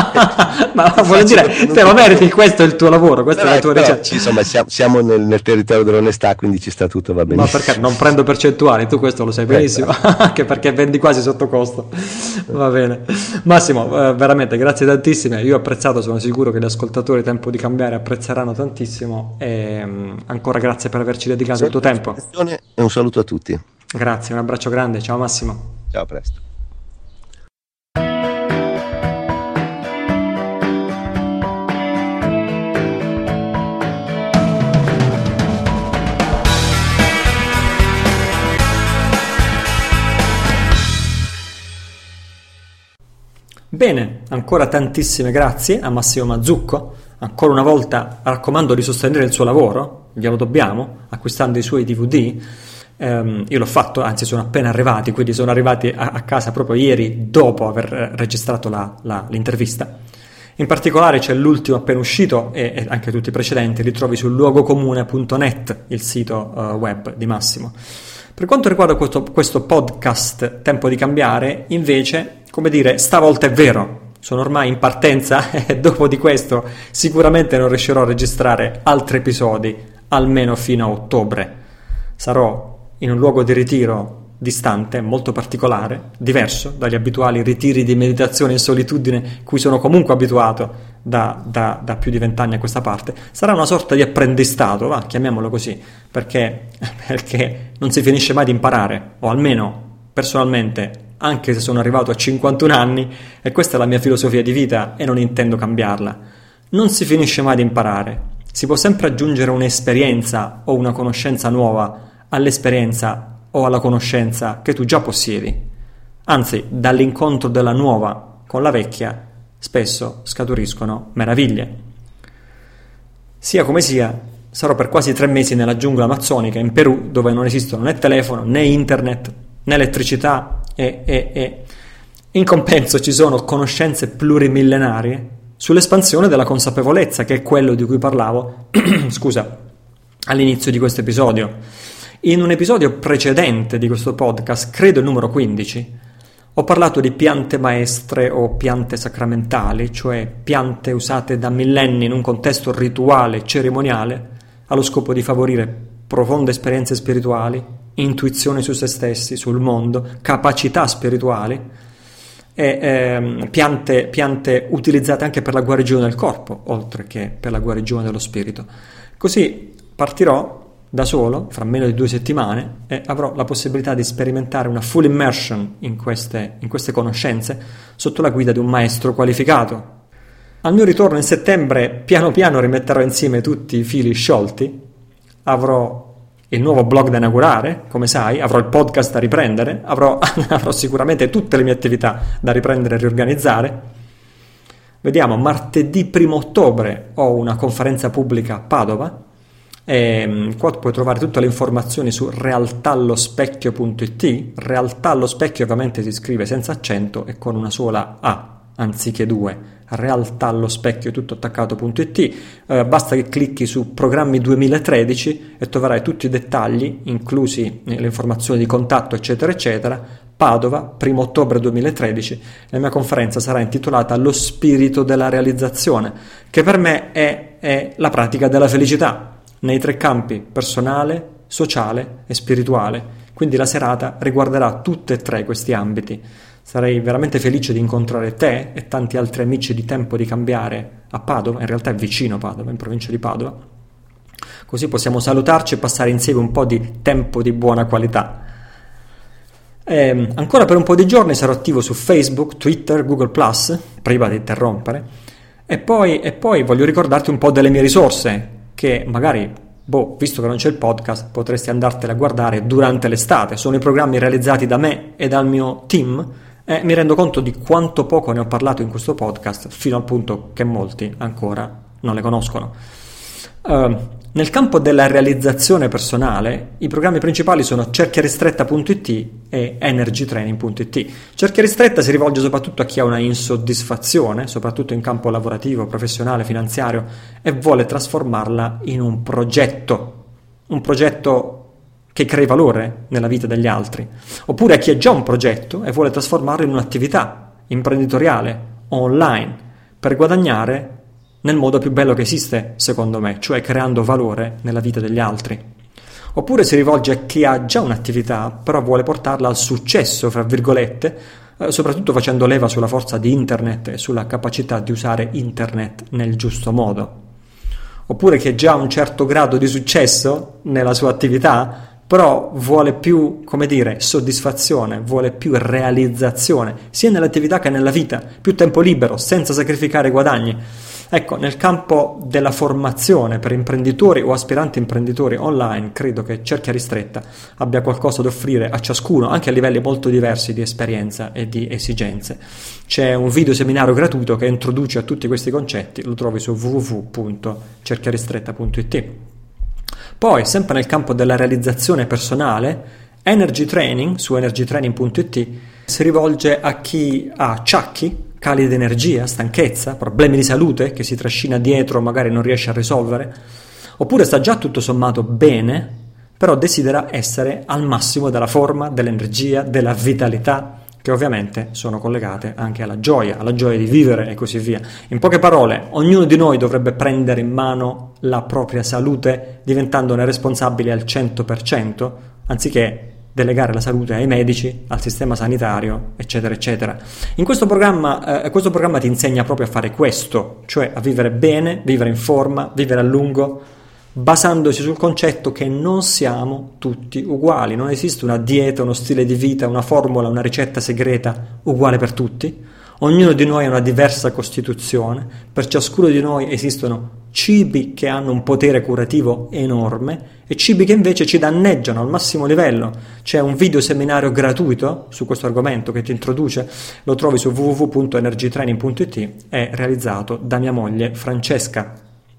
Ma vuol dire, te lo meriti, questo è il tuo lavoro, questa però, è la tua ricerca. Insomma, siamo, siamo nel, nel territorio dell'onestà, quindi ci sta tutto, va bene. Ma perché non prendo percentuali, tu questo lo sai benissimo, anche perché vendi quasi sotto costo. Va bene. Massimo, eh, veramente grazie tantissime, io ho apprezzato, sono sicuro che gli ascoltatori Tempo di Cambiare apprezzeranno tantissimo, e um, ancora grazie per averci dedicato il tuo tempo. E un saluto a tutti. Grazie, un abbraccio grande, ciao Massimo. Ciao, a presto. Bene, ancora tantissime grazie a Massimo Mazzucco, ancora una volta raccomando di sostenere il suo lavoro, glielo dobbiamo, acquistando i suoi D V D. Um, io l'ho fatto, anzi sono appena arrivati, quindi sono arrivati a, a casa proprio ieri dopo aver registrato la, la, l'intervista. In particolare c'è l'ultimo appena uscito e, e anche tutti i precedenti li trovi su luogocomune punto net, il sito uh, web di Massimo. Per quanto riguarda questo, questo podcast Tempo di Cambiare, invece, come dire, stavolta è vero, sono ormai in partenza e dopo di questo sicuramente non riuscirò a registrare altri episodi, almeno fino a ottobre. Sarò in un luogo di ritiro distante, molto particolare, diverso dagli abituali ritiri di meditazione in solitudine cui sono comunque abituato da, da, da più di vent'anni a questa parte. Sarà una sorta di apprendistato, va, chiamiamolo così, perché, perché non si finisce mai di imparare, o almeno personalmente, anche se sono arrivato a cinquantuno anni, e questa è la mia filosofia di vita e non intendo cambiarla, non si finisce mai di imparare. Si può sempre aggiungere un'esperienza o una conoscenza nuova all'esperienza o alla conoscenza che tu già possiedi. Anzi, dall'incontro della nuova con la vecchia spesso scaturiscono meraviglie. Sia come sia, sarò per quasi tre mesi nella giungla amazzonica in Perù, dove non esistono né telefono, né internet, né elettricità e, e, e in compenso ci sono conoscenze plurimillenarie sull'espansione della consapevolezza, che è quello di cui parlavo scusa, all'inizio di questo episodio. In un episodio precedente di questo podcast, credo il numero quindici, ho parlato di piante maestre o piante sacramentali, cioè piante usate da millenni in un contesto rituale, cerimoniale, allo scopo di favorire profonde esperienze spirituali, intuizioni su se stessi, sul mondo, capacità spirituali, e ehm, piante, piante utilizzate anche per la guarigione del corpo, oltre che per la guarigione dello spirito. Così partirò da solo, fra meno di due settimane, e avrò la possibilità di sperimentare una full immersion in queste, in queste conoscenze sotto la guida di un maestro qualificato. Al mio ritorno in settembre, piano piano rimetterò insieme tutti i fili sciolti, avrò il nuovo blog da inaugurare, come sai, avrò il podcast da riprendere, avrò, avrò sicuramente tutte le mie attività da riprendere e riorganizzare. Vediamo, martedì primo ottobre ho una conferenza pubblica a Padova, e qua puoi trovare tutte le informazioni su realtà-allo-specchio punto it. Realtà allo specchio ovviamente si scrive senza accento e con una sola A anziché due. Realtà allo specchio tutto attaccato punto it. Eh, basta che clicchi su programmi duemilatredici e troverai tutti i dettagli, inclusi le informazioni di contatto eccetera eccetera. Padova, primo ottobre duemilatredici. La mia conferenza sarà intitolata Lo spirito della realizzazione, che per me è, è la pratica della felicità nei tre campi: personale, sociale e spirituale. Quindi la serata riguarderà tutti e tre questi ambiti. Sarei veramente felice di incontrare te e tanti altri amici di Tempo di Cambiare a Padova, in realtà è vicino Padova, in provincia di Padova. Così possiamo salutarci e passare insieme un po' di tempo di buona qualità. E ancora per un po' di giorni sarò attivo su Facebook, Twitter, Google plus, prima di interrompere, e poi, e poi voglio ricordarti un po' delle mie risorse, che magari, boh, visto che non c'è il podcast, potresti andartene a guardare durante l'estate. Sono i programmi realizzati da me e dal mio team e mi rendo conto di quanto poco ne ho parlato in questo podcast, fino al punto che molti ancora non le conoscono. Uh, nel campo della realizzazione personale, i programmi principali sono cerchia ristretta punto it e energy training punto it. Cerchia ristretta si rivolge soprattutto a chi ha una insoddisfazione, soprattutto in campo lavorativo, professionale, finanziario, e vuole trasformarla in un progetto, un progetto che crei valore nella vita degli altri, oppure a chi ha già un progetto e vuole trasformarlo in un'attività imprenditoriale, online, per guadagnare nel modo più bello che esiste, secondo me, cioè creando valore nella vita degli altri. Oppure si rivolge a chi ha già un'attività, però vuole portarla al successo, fra virgolette, eh, soprattutto facendo leva sulla forza di internet e sulla capacità di usare internet nel giusto modo. Oppure chi ha già un certo grado di successo nella sua attività, però vuole più, come dire, soddisfazione, vuole più realizzazione, sia nell'attività che nella vita, più tempo libero, senza sacrificare i guadagni. Ecco, nel campo della formazione per imprenditori o aspiranti imprenditori online, credo che Cerchia Ristretta abbia qualcosa da offrire a ciascuno, anche a livelli molto diversi di esperienza e di esigenze. C'è un video seminario gratuito che introduce a tutti questi concetti, lo trovi su w w w punto cerchia ristretta punto it. Poi, sempre nel campo della realizzazione personale, Energy Training su energy training punto it si rivolge a chi ha acciacchi, cali di energia, stanchezza, problemi di salute che si trascina dietro, magari non riesce a risolvere, oppure sta già tutto sommato bene, però desidera essere al massimo della forma, dell'energia, della vitalità, che ovviamente sono collegate anche alla gioia, alla gioia di vivere e così via. In poche parole, ognuno di noi dovrebbe prendere in mano la propria salute diventandone responsabile al cento per cento, anziché delegare la salute ai medici, al sistema sanitario, eccetera, eccetera. In questo programma, eh, questo programma ti insegna proprio a fare questo, cioè a vivere bene, vivere in forma, vivere a lungo, basandosi sul concetto che non siamo tutti uguali, non esiste una dieta, uno stile di vita, una formula, una ricetta segreta uguale per tutti. Ognuno di noi ha una diversa costituzione, per ciascuno di noi esistono cibi che hanno un potere curativo enorme e cibi che invece ci danneggiano al massimo livello. C'è un video seminario gratuito su questo argomento che ti introduce, lo trovi su w w w punto energy training punto i t, è realizzato da mia moglie Francesca.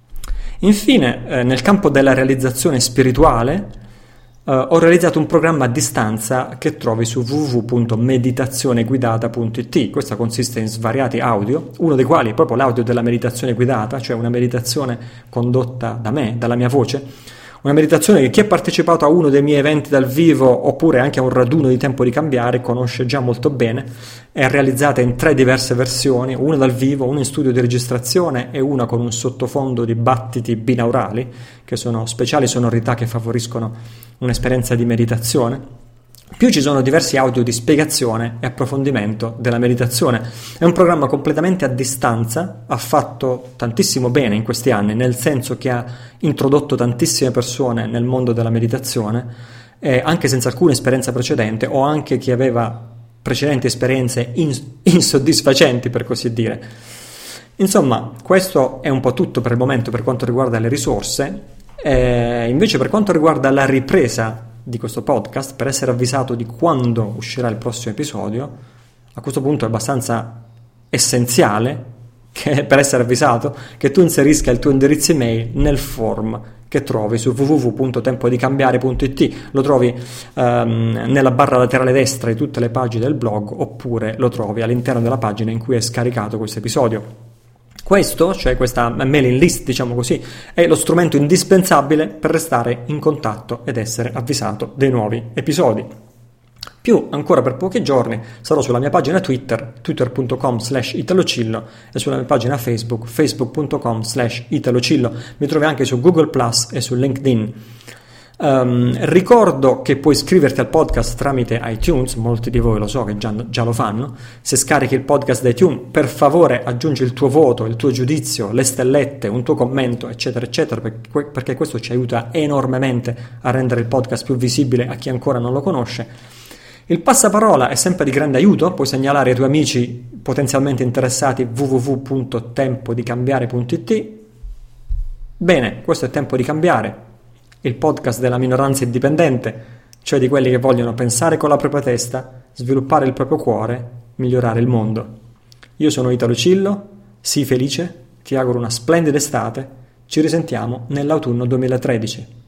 Infine, eh, nel campo della realizzazione spirituale, Uh, ho realizzato un programma a distanza che trovi su w w w punto meditazione guidata punto i t. Questo consiste in svariati audio, uno dei quali è proprio l'audio della meditazione guidata, cioè una meditazione condotta da me, dalla mia voce, una meditazione che chi ha partecipato a uno dei miei eventi dal vivo oppure anche a un raduno di Tempo di Cambiare conosce già molto bene. È realizzata in tre diverse versioni, una dal vivo, una in studio di registrazione e una con un sottofondo di battiti binaurali, che sono speciali sonorità che favoriscono un'esperienza di meditazione. Più ci sono diversi audio di spiegazione e approfondimento della meditazione. È un programma completamente a distanza, ha fatto tantissimo bene in questi anni, nel senso che ha introdotto tantissime persone nel mondo della meditazione, eh, anche senza alcuna esperienza precedente o anche chi aveva precedenti esperienze ins- insoddisfacenti, per così dire. Insomma, questo è un po' tutto per il momento per quanto riguarda le risorse. Eh, invece per quanto riguarda la ripresa di questo podcast, per essere avvisato di quando uscirà il prossimo episodio, a questo punto è abbastanza essenziale che, per essere avvisato, che tu inserisca il tuo indirizzo email nel form che trovi su w w w punto tempo di cambiare punto i t. Lo trovi um, nella barra laterale destra di tutte le pagine del blog, oppure lo trovi all'interno della pagina in cui è scaricato questo episodio. Questo, cioè questa mailing list, diciamo così, è lo strumento indispensabile per restare in contatto ed essere avvisato dei nuovi episodi. Più ancora per pochi giorni sarò sulla mia pagina Twitter, twitter punto com slash italocillo, e sulla mia pagina Facebook, facebook punto com slash italocillo. Mi trovi anche su Google Plus e su LinkedIn. Um, ricordo che puoi iscriverti al podcast tramite iTunes, molti di voi lo so che già, già lo fanno. Se scarichi il podcast da iTunes, per favore aggiungi il tuo voto, il tuo giudizio, le stellette, un tuo commento, eccetera eccetera, perché, perché questo ci aiuta enormemente a rendere il podcast più visibile a chi ancora non lo conosce. Il passaparola è sempre di grande aiuto, puoi segnalare ai tuoi amici potenzialmente interessati w w w punto tempo di cambiare punto i t. Bene, questo è Tempo di Cambiare, il podcast della minoranza indipendente, cioè di quelli che vogliono pensare con la propria testa, sviluppare il proprio cuore, migliorare il mondo. Io sono Italo Cillo, sii felice, ti auguro una splendida estate, ci risentiamo nell'autunno duemilatredici.